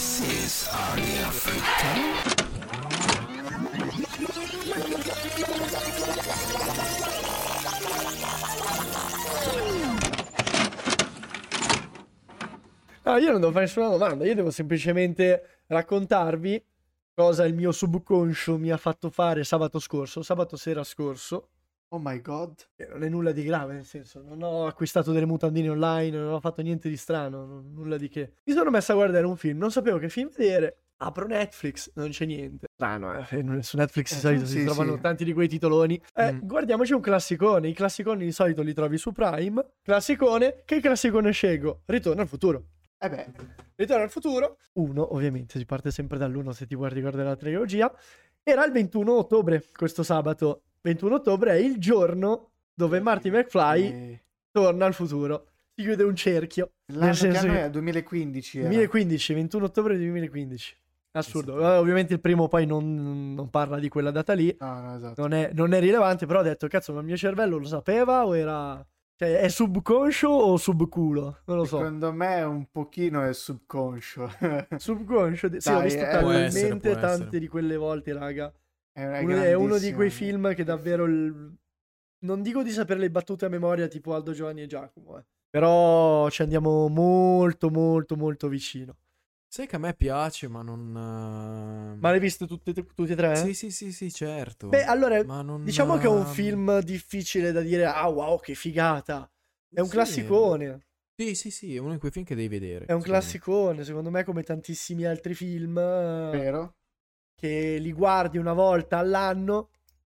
No, io non devo fare nessuna domanda, io devo semplicemente raccontarvi cosa il mio subconscio mi ha fatto fare sabato scorso, sabato sera scorso. Oh my god. Che non è nulla di grave, nel senso, non ho acquistato delle mutandine online, non ho fatto niente di strano, non- nulla di che. Mi sono messo a guardare un film, non sapevo che film vedere. Apro Netflix, non c'è niente. Strano, eh, su Netflix di Eh, solito sì, si trovano sì. tanti di quei titoloni. Eh, Mm. guardiamoci un classicone. I classiconi di solito li trovi su Prime. Classicone, che classicone scelgo? Ritorno al futuro. Eh beh, Ritorno al futuro, uno, ovviamente, si parte sempre dall'uno se ti guardi guardare la trilogia. Era il ventuno ottobre, questo sabato. ventuno ottobre è il giorno dove Marty McFly eh, torna al futuro. Si chiude un cerchio. l'anno Nel che senso hanno che- è duemilaquindici. era. duemilaquindici, ventuno ottobre duemilaquindici. Assurdo. Esatto. Eh, ovviamente il primo poi non, non parla di quella data lì. No, no, esatto. Non è, non è rilevante, però ho detto, cazzo, ma il mio cervello lo sapeva o era... Cioè, è subconscio o subculo? Non lo so. Secondo me un pochino è subconscio. Subconscio, sì, Dai, ho visto eh, può talmente essere, può tante essere. di quelle volte, raga. È, è Uno- è uno di grandissimo. quei film che davvero il- non dico di sapere le battute a memoria tipo Aldo, Giovanni e Giacomo, eh. Però ci andiamo molto molto molto vicino. Sai che a me piace, ma non. eh, Ma l'hai visto tutte, tutti e tre? Sì, sì, sì, sì, certo. Beh, allora, Ma non, diciamo che è un ehm, film difficile da dire, ah wow, che figata. È un sì. classicone. Sì, sì, sì, è uno di quei film che devi vedere. È un secondo me. classicone, secondo me, come tantissimi altri film eh, Vero? che li guardi una volta all'anno,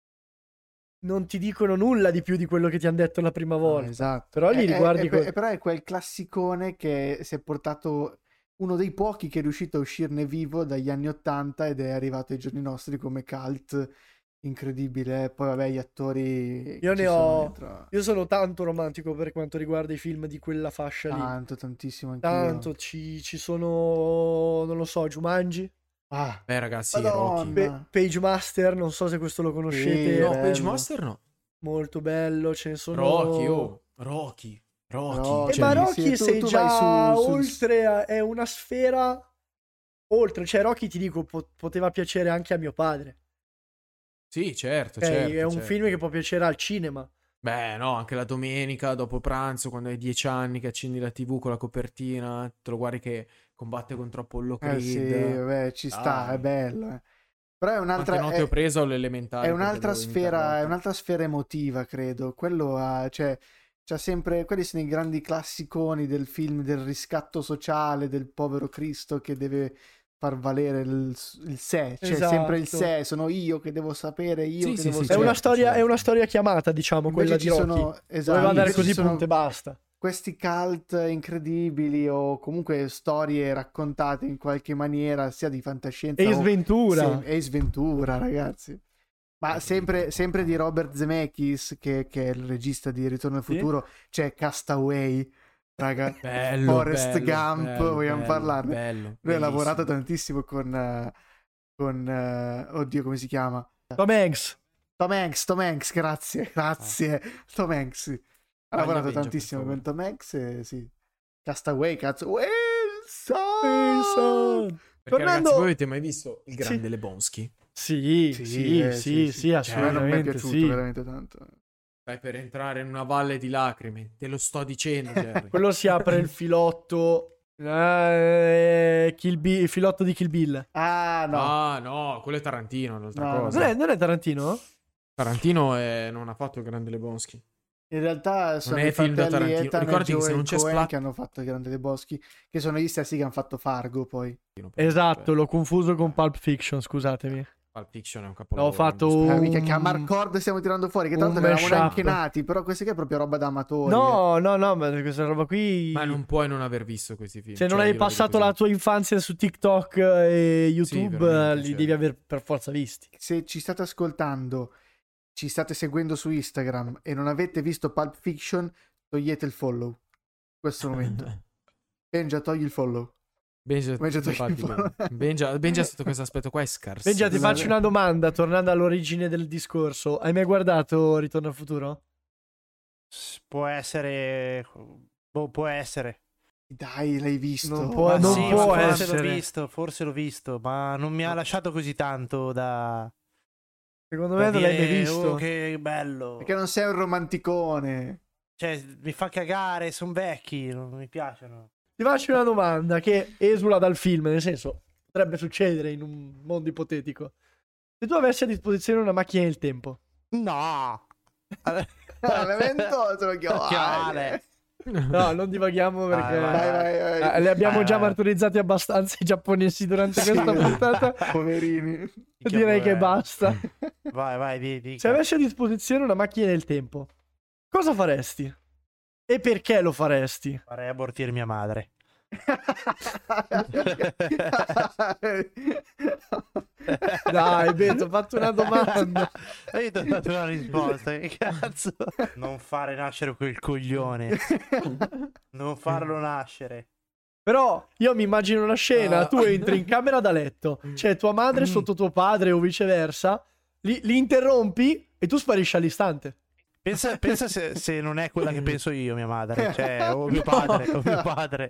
non ti dicono nulla di più di quello che ti hanno detto la prima No, volta. esatto. Però li È- è- riguardi è- co- è- però è quel classicone che si è portato uno dei pochi che è riuscito a uscirne vivo dagli anni ottanta ed è arrivato ai giorni nostri come cult incredibile. Poi vabbè, gli attori che Io ci ne sono ho- dentro, Io sono tanto romantico per quanto riguarda i film di quella fascia lì. tanto, tantissimo anch'io. Tanto ci, ci sono, non lo so, Jumanji, Ah, Beh, ragazzi, Madonna. Rocky. Pe- Page Master, non so se questo lo conoscete. Sì, No, bello. Page Master no. Molto bello, ce ne sono... Rocky, oh. Rocky. Rocky. Rocky. Eh, Cioè, ma Sì, Rocky tu- sei tu già vai su- sul- oltre, a- è una sfera oltre, cioè Rocky ti dico po- poteva piacere anche a mio padre, Sì, certo, ok? certo. È un certo. film che può piacere al cinema. Beh, no, anche la domenica dopo pranzo, quando hai dieci anni, che accendi la tivù con la copertina, te lo guardi che combatte contro Apollo eh Creed. sì, vabbè, ci sta, Dai. è bello. eh. Però è un'altra... Quante note è- ho preso all'elementare È perché un'altra dovevo sfera, imitarlo. è un'altra sfera emotiva, credo. Quello ha, cioè, c'ha sempre, quelli sono i grandi classiconi del film, del riscatto sociale, del povero Cristo che deve far valere il, il sé, c'è Esatto. sempre il sé, sono io che devo sapere, io Sì, che sì, devo sì, È sapere. una certo, storia, certo. è una storia chiamata, diciamo, Invece quella di ci Rocky. sono, esatto, Doveva andare invece così, ci sono punto e basta. questi cult incredibili o comunque storie raccontate in qualche maniera sia di fantascienza Ace o Ventura. se- Ace Ventura, ragazzi. Ma sempre, sempre di Robert Zemeckis, che, che è il regista di Ritorno al Sì. Futuro, c'è Castaway, raga. Bello, Forrest bello, Gump, bello, vogliamo bello, parlarne? bello, Lui ha bellissimo. lavorato tantissimo con, eh, con eh, oddio, come si chiama? Tom Hanks. Tom Hanks, Tom Hanks, grazie, grazie. Tom Hanks, sì. Ha Taglia lavorato Benja, tantissimo per con favore. Tom Hanks, e sì. Castaway, cazzo. Wilson! Wilson. Perché Tornando- ragazzi, voi avete mai visto il Sì. grande Lebowski? Sì, Sì, sì, eh, sì, sì, sì, sì. Cioè, A me non mi è assolutamente piaciuto sì. veramente tanto. Stai per entrare in una valle di lacrime, te lo sto dicendo, Jerry. Quello si apre il filotto. eh, Kill Bill- il filotto di Kill Bill. Ah, no. Ah, no, quello è Tarantino, è un'altra No, cosa. Non è, non è Tarantino? Tarantino è- non ha fatto il grande Lebowski. In realtà sono è i film da fratelli Tarantino. Ethan e Ricordati che se Joel non c'è Coen splat- che hanno fatto il Grande Lebowski, che sono gli stessi che hanno fatto Fargo poi. Esatto, l'ho confuso con Pulp Fiction, scusatemi. Pulp Fiction è un capolavoro. Ho fatto indiscutibile. Ah, un... mica che a Marcord stiamo tirando fuori, che tra un l'altro ne eravamo mashup. neanche nati, però questa qui è proprio roba da amatori. No, no, no, ma questa roba qui... Ma non puoi non aver visto questi film. Se non cioè, hai io lo vedo passato così. la tua infanzia su TikTok e YouTube, veramente, li cioè. devi aver per forza visti. Se ci state ascoltando, ci state seguendo su Instagram e non avete visto Pulp Fiction, togliete il follow. In questo momento. Benja, togli il follow. Benja, Benja, togli infatti, il follow. Benja, Benja sotto questo aspetto qua è scarso. Benja, ti Scusate. faccio una domanda, tornando all'origine del discorso. Hai mai guardato Ritorno al futuro? S- Può essere. Boh, può essere. Dai, l'hai visto. Non può- Ma Ma non sì, no, ma può forse essere. l'ho visto, forse l'ho visto, ma non mi ha lasciato così tanto da. Secondo da me non l'hai mai dire, visto. "Oh, che bello. Perché non sei un romanticone. Cioè, mi fa cagare, sono vecchi, non mi piacciono. Ti faccio una domanda che esula dal film, nel senso, potrebbe succedere in un mondo ipotetico. Se tu avessi a disposizione una macchina del tempo, No! L'evento te lo chiamo. Occhiale. no, non divaghiamo perché Vai, Vai, vai, vai. eh, li abbiamo Vai, già vai. martorizzati abbastanza i giapponesi durante Sì. questa puntata. Poverini. Direi che basta. Vai, vai, di, di. Se avessi a disposizione una macchina del tempo, cosa faresti? E perché lo faresti? Farei abortire mia madre. Dai, Beto, ho fatto una domanda. E io ti ho dato una risposta, che cazzo? Non fare nascere quel coglione. Non farlo nascere. Però io mi immagino una scena, Ah. tu entri in camera da letto, c'è tua madre sotto tuo padre o viceversa, li, li interrompi e tu sparisci all'istante. Pensa, pensa se, se non è quella che penso io, mia madre. Cioè, o mio padre, o mio padre.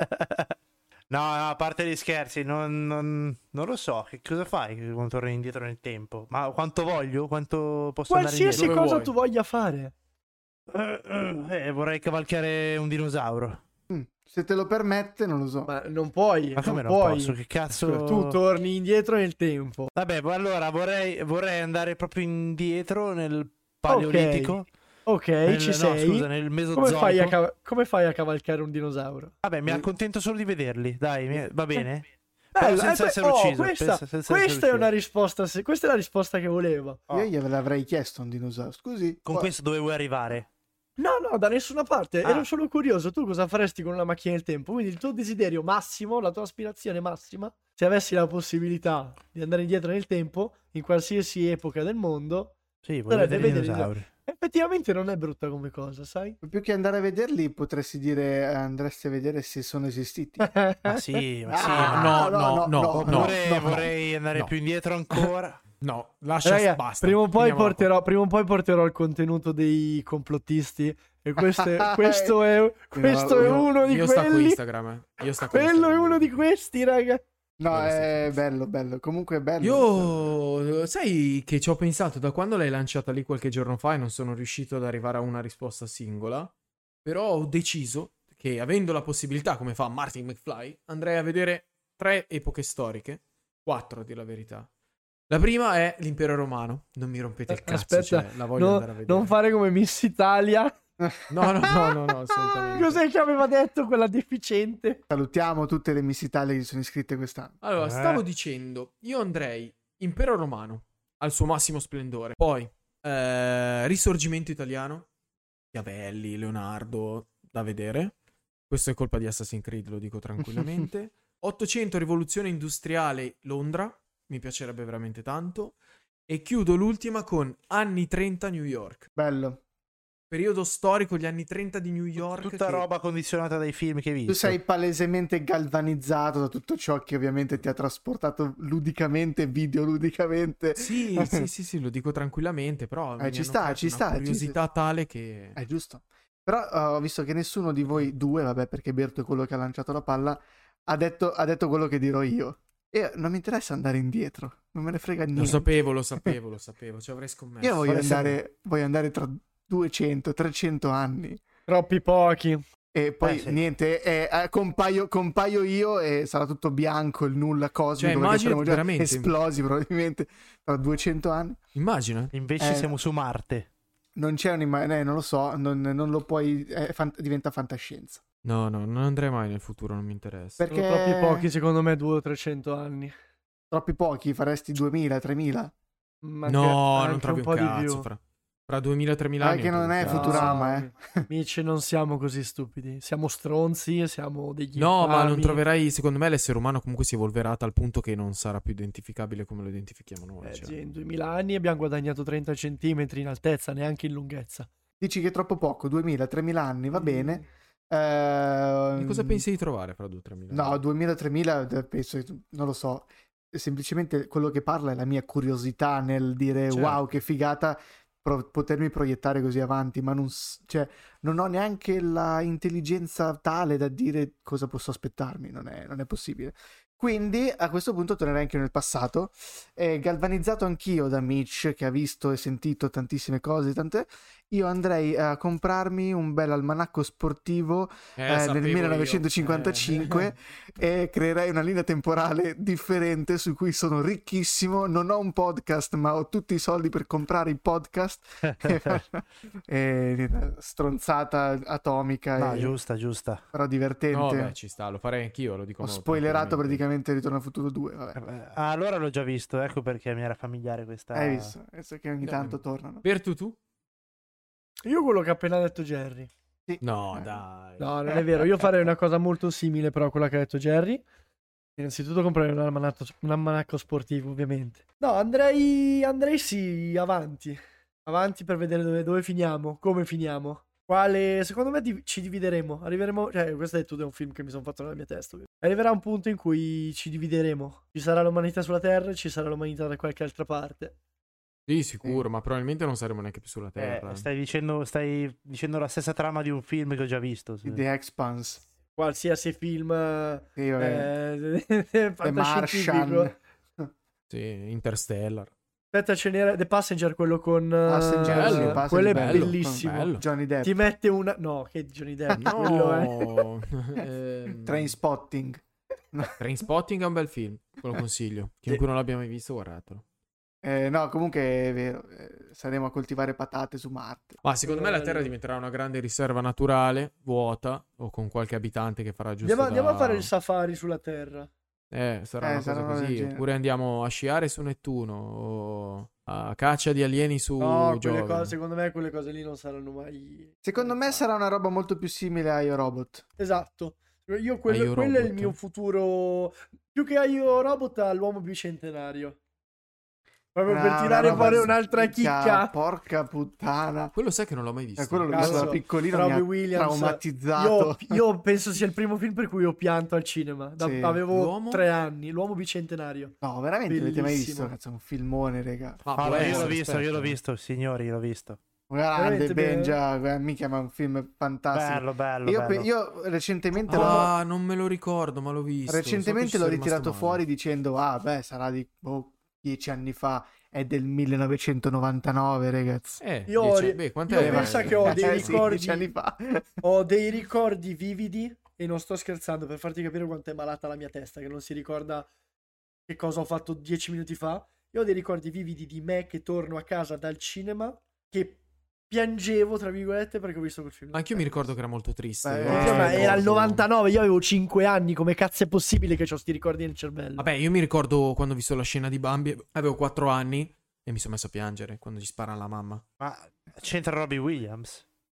No, no, a parte gli scherzi, non, non, non lo so. Che cosa fai quando torni indietro nel tempo? Ma quanto voglio? Quanto posso Qualsiasi Dove cosa vuoi? tu voglia fare. andare indietro? Eh, vorrei cavalcare un dinosauro. Mm, Se te lo permette, non lo so. Ma non puoi, Ma come non non puoi. posso? Che cazzo? Tu torni indietro nel tempo. Vabbè, ma allora vorrei, vorrei andare proprio indietro nel paleolitico. Ok, Nel- ci no, sei. scusa, nel come, mesozoico. fai a cav- come fai a cavalcare un dinosauro? Vabbè, mi accontento solo di vederli. Dai, mi- va bene? Però Bello, senza eh, essere oh, ucciso. Questa, pensa- senza essere questa è ucciso. una risposta. se- Questa è la risposta che volevo. Oh. Io gliel'avrei chiesto un dinosauro. Scusi. Con qua- questo dove vuoi arrivare? No, no, da nessuna parte. Ah. Ero solo curioso. Tu cosa faresti con una macchina del tempo? Quindi il tuo desiderio massimo, la tua aspirazione massima, se avessi la possibilità di andare indietro nel tempo, in qualsiasi epoca del mondo, Sì, vuoi Sarebbe vedere i vedere i dinosauri. effettivamente non è brutta come cosa, sai? Più che andare a vederli, potresti dire eh, andresti a vedere se sono esistiti. Ma sì, ma sì. Ah, ma- no, no, no, Oppure no, no, vorrei andare no. più indietro ancora. No, lascia, Raga, basta. prima o, poi Finiamola qua. porterò, prima o poi porterò il contenuto dei complottisti. E questo è, questo è, questo è io- uno di Io stacco quelli. Instagram, eh. Io stacco Quello è Instagram. uno di questi, raga. No, Quello sì. è bello, bello. Comunque è bello. Io, sai che ci ho pensato da quando l'hai lanciata lì qualche giorno fa e non sono riuscito ad arrivare a una risposta singola. Però ho deciso che, avendo la possibilità, come fa Martin McFly, andrei a vedere tre epoche storiche. Quattro, a dire la verità. La prima è l'impero romano. Non mi rompete il cazzo, Aspetta, cioè, la voglio no- andare a vedere. non fare come Miss Italia. No, no, no, no, no, assolutamente. Cos'è che aveva detto quella deficiente? Salutiamo tutte le Miss Italia che sono iscritte quest'anno. Allora, Eh. stavo dicendo, io andrei impero romano al suo massimo splendore. Poi, eh, risorgimento italiano, Chiavelli, Leonardo, da vedere. Questo è colpa di Assassin's Creed, lo dico tranquillamente. ottocento rivoluzione industriale Londra, mi piacerebbe veramente tanto. E chiudo l'ultima con anni trenta New York. Bello. Periodo storico, gli anni trenta di New York. Tutta che... roba condizionata dai film che hai visto. Tu sei palesemente galvanizzato da tutto ciò che ovviamente ti ha trasportato ludicamente, videoludicamente. Sì, sì, sì, sì, lo dico tranquillamente, però Eh, mi ci hanno sta, creato ci una sta, ci- curiosità tale che... È giusto. Però uh, ho visto che nessuno di voi due, vabbè, perché Berto è quello che ha lanciato la palla, ha detto, ha detto quello che dirò io. E non mi interessa andare indietro, non me ne frega niente. Lo sapevo, lo sapevo, lo sapevo, ci avrei scommesso. Io voglio Vorrei andare, voglio andare tra duecento, trecento anni. Troppi pochi. E poi Eh, sì. niente, eh, eh, compaio, compaio io e sarà tutto bianco, il nulla cosmico, Cioè, perché immagino saremo già veramente- esplosi probabilmente tra duecento anni. Immagina. Invece Eh. siamo su Marte. Non c'è un'immagine, eh, non lo so, non, non lo puoi, è fan- diventa fantascienza. No, no, non andrei mai nel futuro, non mi interessa. Perché Sono troppi pochi, secondo me, duecento o trecento anni. troppi pochi, faresti duemila, tremila. Ma anche- No, anche non un trovi un po' di cazzo, più. fra. Fra duemila tremila Ah, anni. che non trovi è un cazzo. Futurama, eh. Amici, non siamo così stupidi. Siamo stronzi, siamo degli No, ma non infami. troverai, secondo me l'essere umano comunque si evolverà a tal punto che non sarà più identificabile come lo identifichiamo noi. Eh, cioè. sì, in duemila anni abbiamo guadagnato trenta centimetri in altezza, neanche in lunghezza. Dici che è troppo poco, duemila, tremila anni, va Mm. bene. Ehm, E cosa pensi di trovare fra due o tre mila? No, duemila, tremila, eh, penso, non lo so. Semplicemente quello che parla è la mia curiosità nel dire Certo. wow, che figata pro- potermi proiettare così avanti, ma non, s- cioè, non ho neanche la intelligenza tale da dire cosa posso aspettarmi, non è, non è possibile. Quindi a questo punto tornerei anche nel passato, eh, galvanizzato anch'io da Mitch che ha visto e sentito tantissime cose, tante... io andrei a comprarmi un bel almanacco sportivo Eh, eh, sapevo nel io. millenovecentocinquantacinque e creerei una linea temporale differente su cui sono ricchissimo, non ho un podcast ma ho tutti i soldi per comprare i podcast e, stronzata atomica No, e- giusta, giusta. però divertente. No, beh, ci sta, lo farei anch'io, lo dico Ho molto spoilerato tranquillamente. praticamente Ritorno al futuro due, vabbè. Eh, ah, allora l'ho già visto, ecco perché mi era familiare questa. Hai visto? Adesso che ogni No, tanto ma- tornano. Bertu tu? Io quello che ha appena detto Jerry. Sì. No, Eh. dai. No, non è vero. Io farei una cosa molto simile però a quella che ha detto Jerry. Innanzitutto comprare un almanacco, un almanacco sportivo, ovviamente. No, andrei, andrei sì, avanti. Avanti per vedere dove, dove finiamo, come finiamo. Quale, secondo me di- ci divideremo. Arriveremo, cioè, questo è tutto è un film che mi sono fatto nella mia testa. Arriverà un punto in cui ci divideremo. Ci sarà l'umanità sulla Terra e ci sarà l'umanità da qualche altra parte. Sì, sicuro, ma probabilmente non saremo neanche più sulla Eh, Terra. stai, dicendo, stai dicendo la stessa trama di un film che ho già visto. sì. The Expanse, Qualsiasi film sì, vabbè. eh, The fantascientifico. Martian. Sì, Interstellar. Aspetta, ce n'era The Passenger, quello con Passenger, eh, sì, Passenger, quello è bello, bellissimo. bello. Johnny Depp. Ti mette una no, che Johnny Depp, quello è. No. Ehm, Trainspotting. Trainspotting è un bel film, ve lo consiglio. Chiunque non l'abbia mai visto, guardatelo. Eh, no, comunque è vero, eh, saremo a coltivare patate su Marte. Ma secondo me la Terra Bello. diventerà una grande riserva naturale, vuota, o con qualche abitante che farà giusto Andiamo, andiamo da- a fare il safari sulla Terra. Eh, sarà Eh, una sarà cosa una del così. genere. Oppure andiamo a sciare su Nettuno, o a caccia di alieni su No, quelle Giove. cose, secondo me quelle cose lì non saranno mai. Secondo me sarà una roba molto più simile a Io Robot. Esatto. Io quello, Io quello è il Robot. mio futuro. Più che a Io Robot all'uomo bicentenario. Proprio per Ah, tirare una roba fuori un'altra minchia, chicca. Porca puttana. Quello sai che non l'ho mai visto. Eh, quello l'ho Cazzo, visto da piccolino, Robbie mi ha Williams. traumatizzato. Io, io penso sia il primo film per cui ho pianto al cinema. Da- Sì. Avevo L'uomo? tre anni. L'uomo bicentenario. No, veramente l'avete mai Bellissimo. visto? Cazzo, è un filmone, raga. Ma No, può no, io l'ho essere, visto, io aspetta. l'ho visto, signori, l'ho visto. Grande Veramente bene. Benja, guarda, mica, ma è un film fantastico. Bello, bello, io, bello. pe- io recentemente l'ho, Ah, non me lo ricordo, ma l'ho visto. recentemente So che l'ho ci sono ritirato rimasto fuori male. dicendo, ah beh, sarà di boh, dieci anni fa, è del millenovecentonovantanove, ragazzi. Eh, Io dieci- ri- beh, quant'è? io pensa che ho dei Eh, sì, ricordi- dieci anni fa. Ho dei ricordi vividi. E non sto scherzando, per farti capire quanto è malata la mia testa, che non si ricorda che cosa ho fatto dieci minuti fa. Io ho dei ricordi vividi di me che torno a casa dal cinema, che piangevo, tra virgolette, perché ho visto quel film. Anche io mi ricordo che era molto triste. Beh, Io eh, non Oddio, ma ricordo- era il novantanove, io avevo cinque anni, come cazzo è possibile che ho sti ricordi nel cervello? Vabbè, io mi ricordo quando ho visto la scena di Bambi, avevo quattro anni e mi sono messo a piangere quando gli spara la mamma. Ma c'entra Robbie Williams?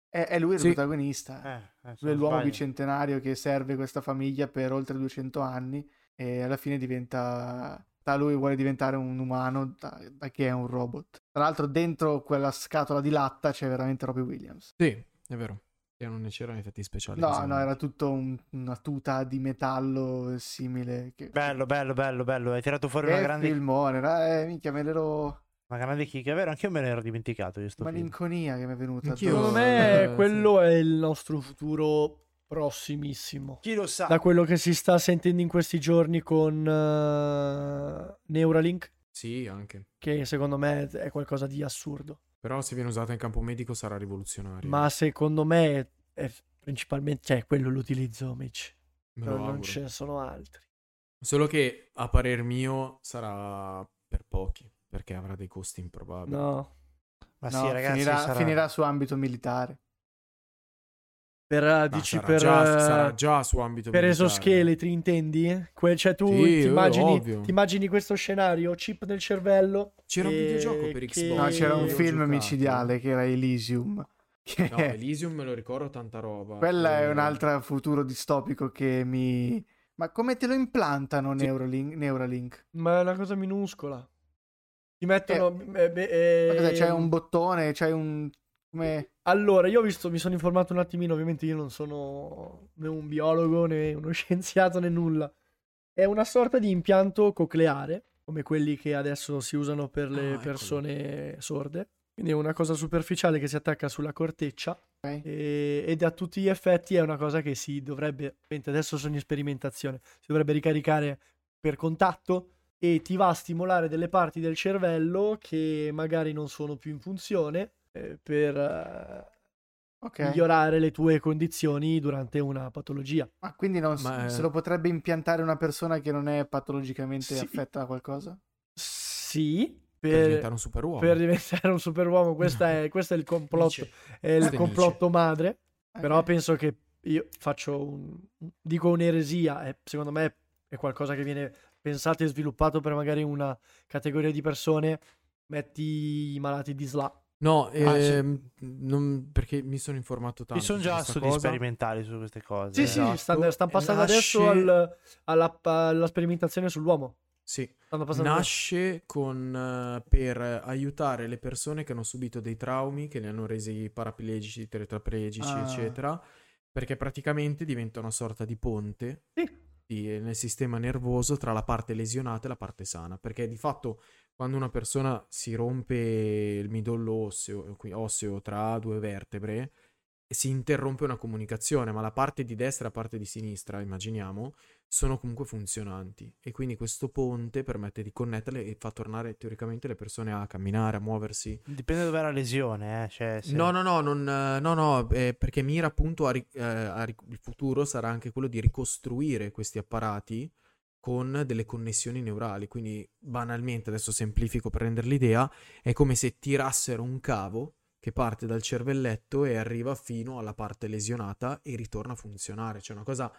È, è lui il Sì. protagonista. Eh, eh, se Lui è non l'uomo sbaglio. bicentenario che serve questa famiglia per oltre duecento anni e alla fine diventa... da lui vuole diventare un umano da, da che è un robot. Tra l'altro dentro quella scatola di latta c'è veramente Robbie Williams. Sì, è vero. E non ne c'erano effetti speciali. No, così no, avanti. era tutto un- una tuta di metallo simile. Che, Bello, bello, bello, bello. Hai tirato fuori una che grande, filmone, era- eh, minchia, me l'ero... una grande chicca. È vero, anche io me ne ero dimenticato di sto film. malinconia che mi è venuta Anch'io. addosso. Secondo me Eh, quello è il nostro futuro prossimissimo. Chi lo sa? Da quello che si sta sentendo in questi giorni con eh, Neuralink, Sì, anche. che secondo me è qualcosa di assurdo. Però se viene usata in campo medico sarà rivoluzionario. Ma secondo me è principalmente, cioè, quello l'utilizzo, Mitch. Me lo Non, non auguro. ce ne sono altri. Solo che a parer mio sarà per pochi, perché avrà dei costi improbabili. No. Ma No, sì, ragazzi, finirà, sarà... finirà su ambito militare. Per, Ma uh, dici sarà, per, già, uh, sarà già su ambito per militare. esoscheletri, intendi? Que- cioè tu Sì, ti, eh, immagini, ovvio. ti immagini questo scenario, chip nel cervello? C'era un e- videogioco per che- Xbox. No, c'era un L'ho film giocato. micidiale che era Elysium. Che No, Elysium me lo ricordo tanta roba. quella è Eh, un altro futuro distopico che mi... Ma come te lo implantano Sì. Neuralink? Neuralink? Ma è una cosa minuscola. Ti mettono... eh, beh, Ma cos'è? eh, C'è un bottone, c'è un... come... Allora, io ho visto, mi sono informato un attimino, ovviamente io non sono né un biologo né uno scienziato né nulla. È una sorta di impianto cocleare, come quelli che adesso si usano per le Ah, eccolo. persone sorde. Quindi è una cosa superficiale che si attacca sulla corteccia Ok. e- ed a tutti gli effetti è una cosa che si dovrebbe, ovviamente adesso sono in sperimentazione, si dovrebbe ricaricare per contatto e ti va a stimolare delle parti del cervello che magari non sono più in funzione eh, per eh, Ok. migliorare le tue condizioni durante una patologia. Ma quindi non s- Ma è- se lo potrebbe impiantare una persona che non è patologicamente Sì. affetta da qualcosa? Sì, per per, diventare un superuomo. per diventare un superuomo, questa è, questo è il complotto, Dice. è il Questo è complotto madre. Però Ok. penso che io faccio un, dico un'eresia, e secondo me è qualcosa che viene pensato e sviluppato per magari una categoria di persone, metti i malati di S L A. No, Ah, sì. ehm, non- perché mi sono informato tanto. Ci sono su già questa studi cosa. sperimentali su queste cose. Sì, eh. sì, Esatto. stanno, stanno passando Nasce- adesso al- alla, alla sperimentazione sull'uomo. Sì, Stanno passando adesso. nasce con, eh, per aiutare le persone che hanno subito dei traumi, che li hanno resi paraplegici, tetraplegici, Ah. eccetera, perché praticamente diventa una sorta di ponte Sì. di- nel sistema nervoso tra la parte lesionata e la parte sana, perché di fatto quando una persona si rompe il midollo osseo, qui- osseo tra due vertebre, si interrompe una comunicazione, ma la parte di destra e la parte di sinistra, immaginiamo, sono comunque funzionanti e quindi questo ponte permette di connetterle e fa tornare teoricamente le persone a camminare, a muoversi. Dipende dove è la lesione, eh. Cioè, se- No, no, no, non, eh, no, no, eh, perché mira appunto a, ri- eh, a ric- il futuro sarà anche quello di ricostruire questi apparati con delle connessioni neurali, quindi banalmente, adesso semplifico per rendere l'idea, è come se tirassero un cavo che parte dal cervelletto e arriva fino alla parte lesionata e ritorna a funzionare, cioè una cosa,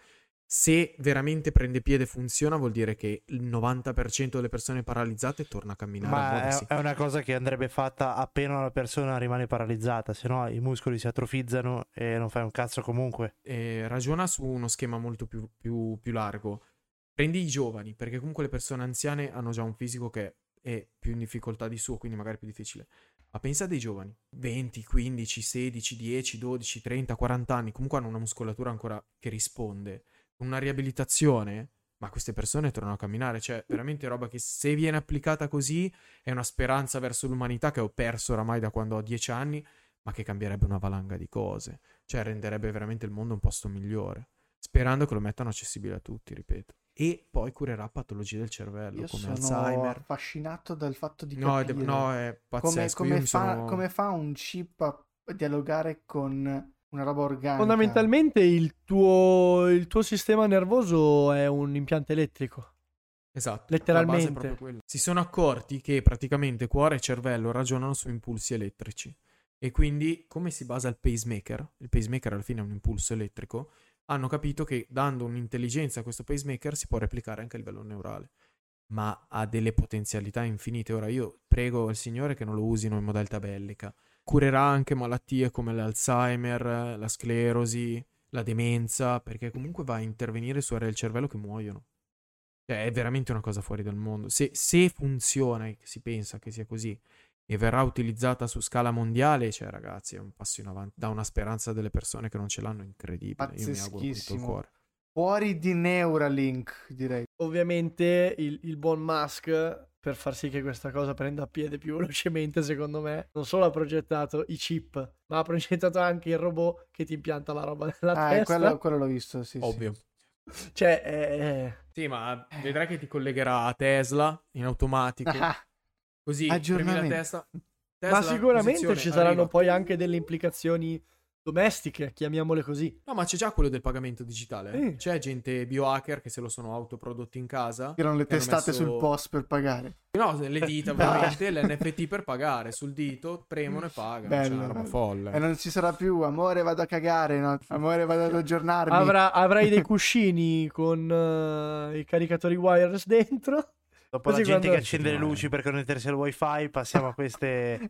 se veramente prende piede e funziona, vuol dire che il novanta per cento delle persone paralizzate torna a camminare, a Ma muoversi. è, è una cosa che andrebbe fatta appena una persona rimane paralizzata, se no i muscoli si atrofizzano e non fai un cazzo comunque. Eh, ragiona su uno schema molto più, più- più largo. Prendi i giovani, perché comunque le persone anziane hanno già un fisico che è più in difficoltà di suo, quindi magari più difficile. Ma pensa dei giovani, venti, quindici, sedici, dieci, dodici, trenta, quaranta anni, comunque hanno una muscolatura ancora che risponde. Con una riabilitazione, ma queste persone tornano a camminare, cioè veramente roba che se viene applicata così è una speranza verso l'umanità che ho perso oramai da quando ho dieci anni, ma che cambierebbe una valanga di cose, cioè renderebbe veramente il mondo un posto migliore, sperando che lo mettano accessibile a tutti, ripeto. E poi curerà patologie del cervello, Io come sono Alzheimer. affascinato dal fatto di No, è, capire no, è come, pazzesco. come Io mi fa, sono... come fa un chip a dialogare con una roba organica. Fondamentalmente il tuo, il tuo sistema nervoso è un impianto elettrico. Esatto, Letteralmente. la base è proprio quella. Si sono accorti che praticamente cuore e cervello ragionano su impulsi elettrici. E quindi, come si basa il pacemaker? Il pacemaker alla fine è un impulso elettrico. Hanno capito che dando un'intelligenza a questo pacemaker si può replicare anche a livello neurale. Ma ha delle potenzialità infinite. Ora io prego il Signore che non lo usino in modalità bellica. curerà anche malattie come l'Alzheimer, la sclerosi, la demenza, perché comunque va a intervenire su aree del cervello che muoiono. Cioè, è veramente una cosa fuori dal mondo. Se, se funziona, e si pensa che sia così, e verrà utilizzata su scala mondiale, cioè, ragazzi, è un passo in avanti. Dà una speranza delle persone che non ce l'hanno incredibile. Io mi auguro con tutto il cuore. Fuori di Neuralink, direi. Ovviamente il, il buon Musk, per far sì che questa cosa prenda piede più velocemente, secondo me, non solo ha progettato i chip, ma ha progettato anche il robot che ti impianta la roba nella Ah, testa. quello, quello l'ho visto, sì. Ovvio. Sì. Cioè, eh... Sì, ma vedrai che ti collegherà a Tesla in automatico. Ah, Così, premi la aggiornamento. testa. Tesla, ma sicuramente posizione, ci saranno arriva. poi anche delle implicazioni domestiche, chiamiamole così. No, ma c'è già quello del pagamento digitale. Eh. C'è gente biohacker che se lo sono autoprodotti in casa. Tirano le che hanno testate messo- sul post per pagare. No, le dita ovviamente, l'N F T per pagare. Sul dito premono e pagano. C'è Bello, una roba bello. folle. E non ci sarà più amore vado a cagare, no? Amore vado ad aggiornarmi. Avrà, avrai dei cuscini con eh, i caricatori wireless dentro. Dopo Così la gente quando- che accende le luci per connettersi al wifi, passiamo a queste...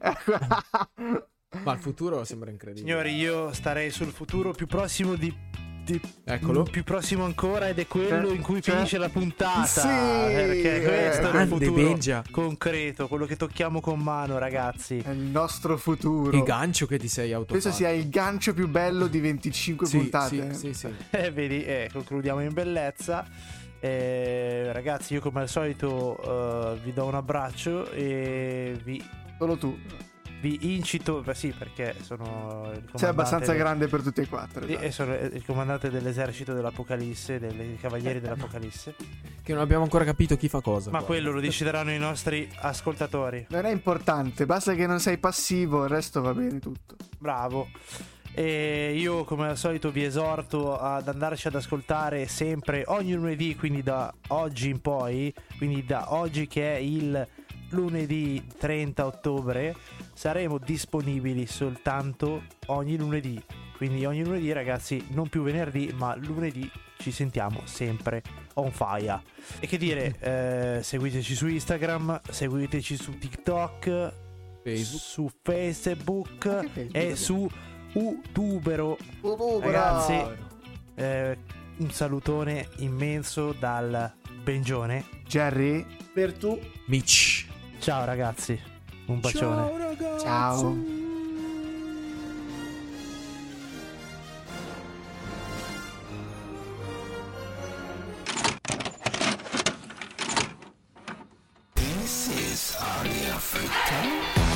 Ma il futuro sembra incredibile. Signori, io starei sul futuro più prossimo di... di- Eccolo. più prossimo ancora, ed è quello Cioè- in cui cioè- finisce la puntata. Sì! Perché questo è il Grande futuro Benja. concreto, quello che tocchiamo con mano, ragazzi. È il nostro futuro. Che gancio che ti sei autofatto. Penso sia il gancio più bello di venticinque Sì, puntate. sì, sì, sì. Eh, vedi, eh, concludiamo in bellezza. Eh, ragazzi, io come al solito eh, vi do un abbraccio e vi, Solo tu. vi incito, beh, sì, perché sono il Sei abbastanza comandante grande per tutti e quattro. del- esatto. e sono il comandante dell'esercito dell'Apocalisse, dei cavalieri dell'Apocalisse. Che non abbiamo ancora capito chi fa cosa. Ma qua. quello lo decideranno i nostri ascoltatori. Non è importante, basta che non sei passivo, il resto va bene tutto. Bravo. E io come al solito vi esorto ad andarci ad ascoltare sempre ogni lunedì, quindi da oggi in poi, quindi da oggi che è il lunedì trenta ottobre, saremo disponibili soltanto ogni lunedì. Quindi ogni lunedì, ragazzi, non più venerdì, ma lunedì ci sentiamo sempre on fire. E che dire, eh, seguiteci su Instagram, seguiteci su TikTok, Facebook. su Facebook Anche Facebook, e abbiamo. su Utubero. Oh, Ragazzi, bravo. eh, un salutone immenso dal Bengione. Jerry, Per tu. Mitch. Ciao ragazzi, un bacione. ragazzi. ciao. This is Aria Fritta.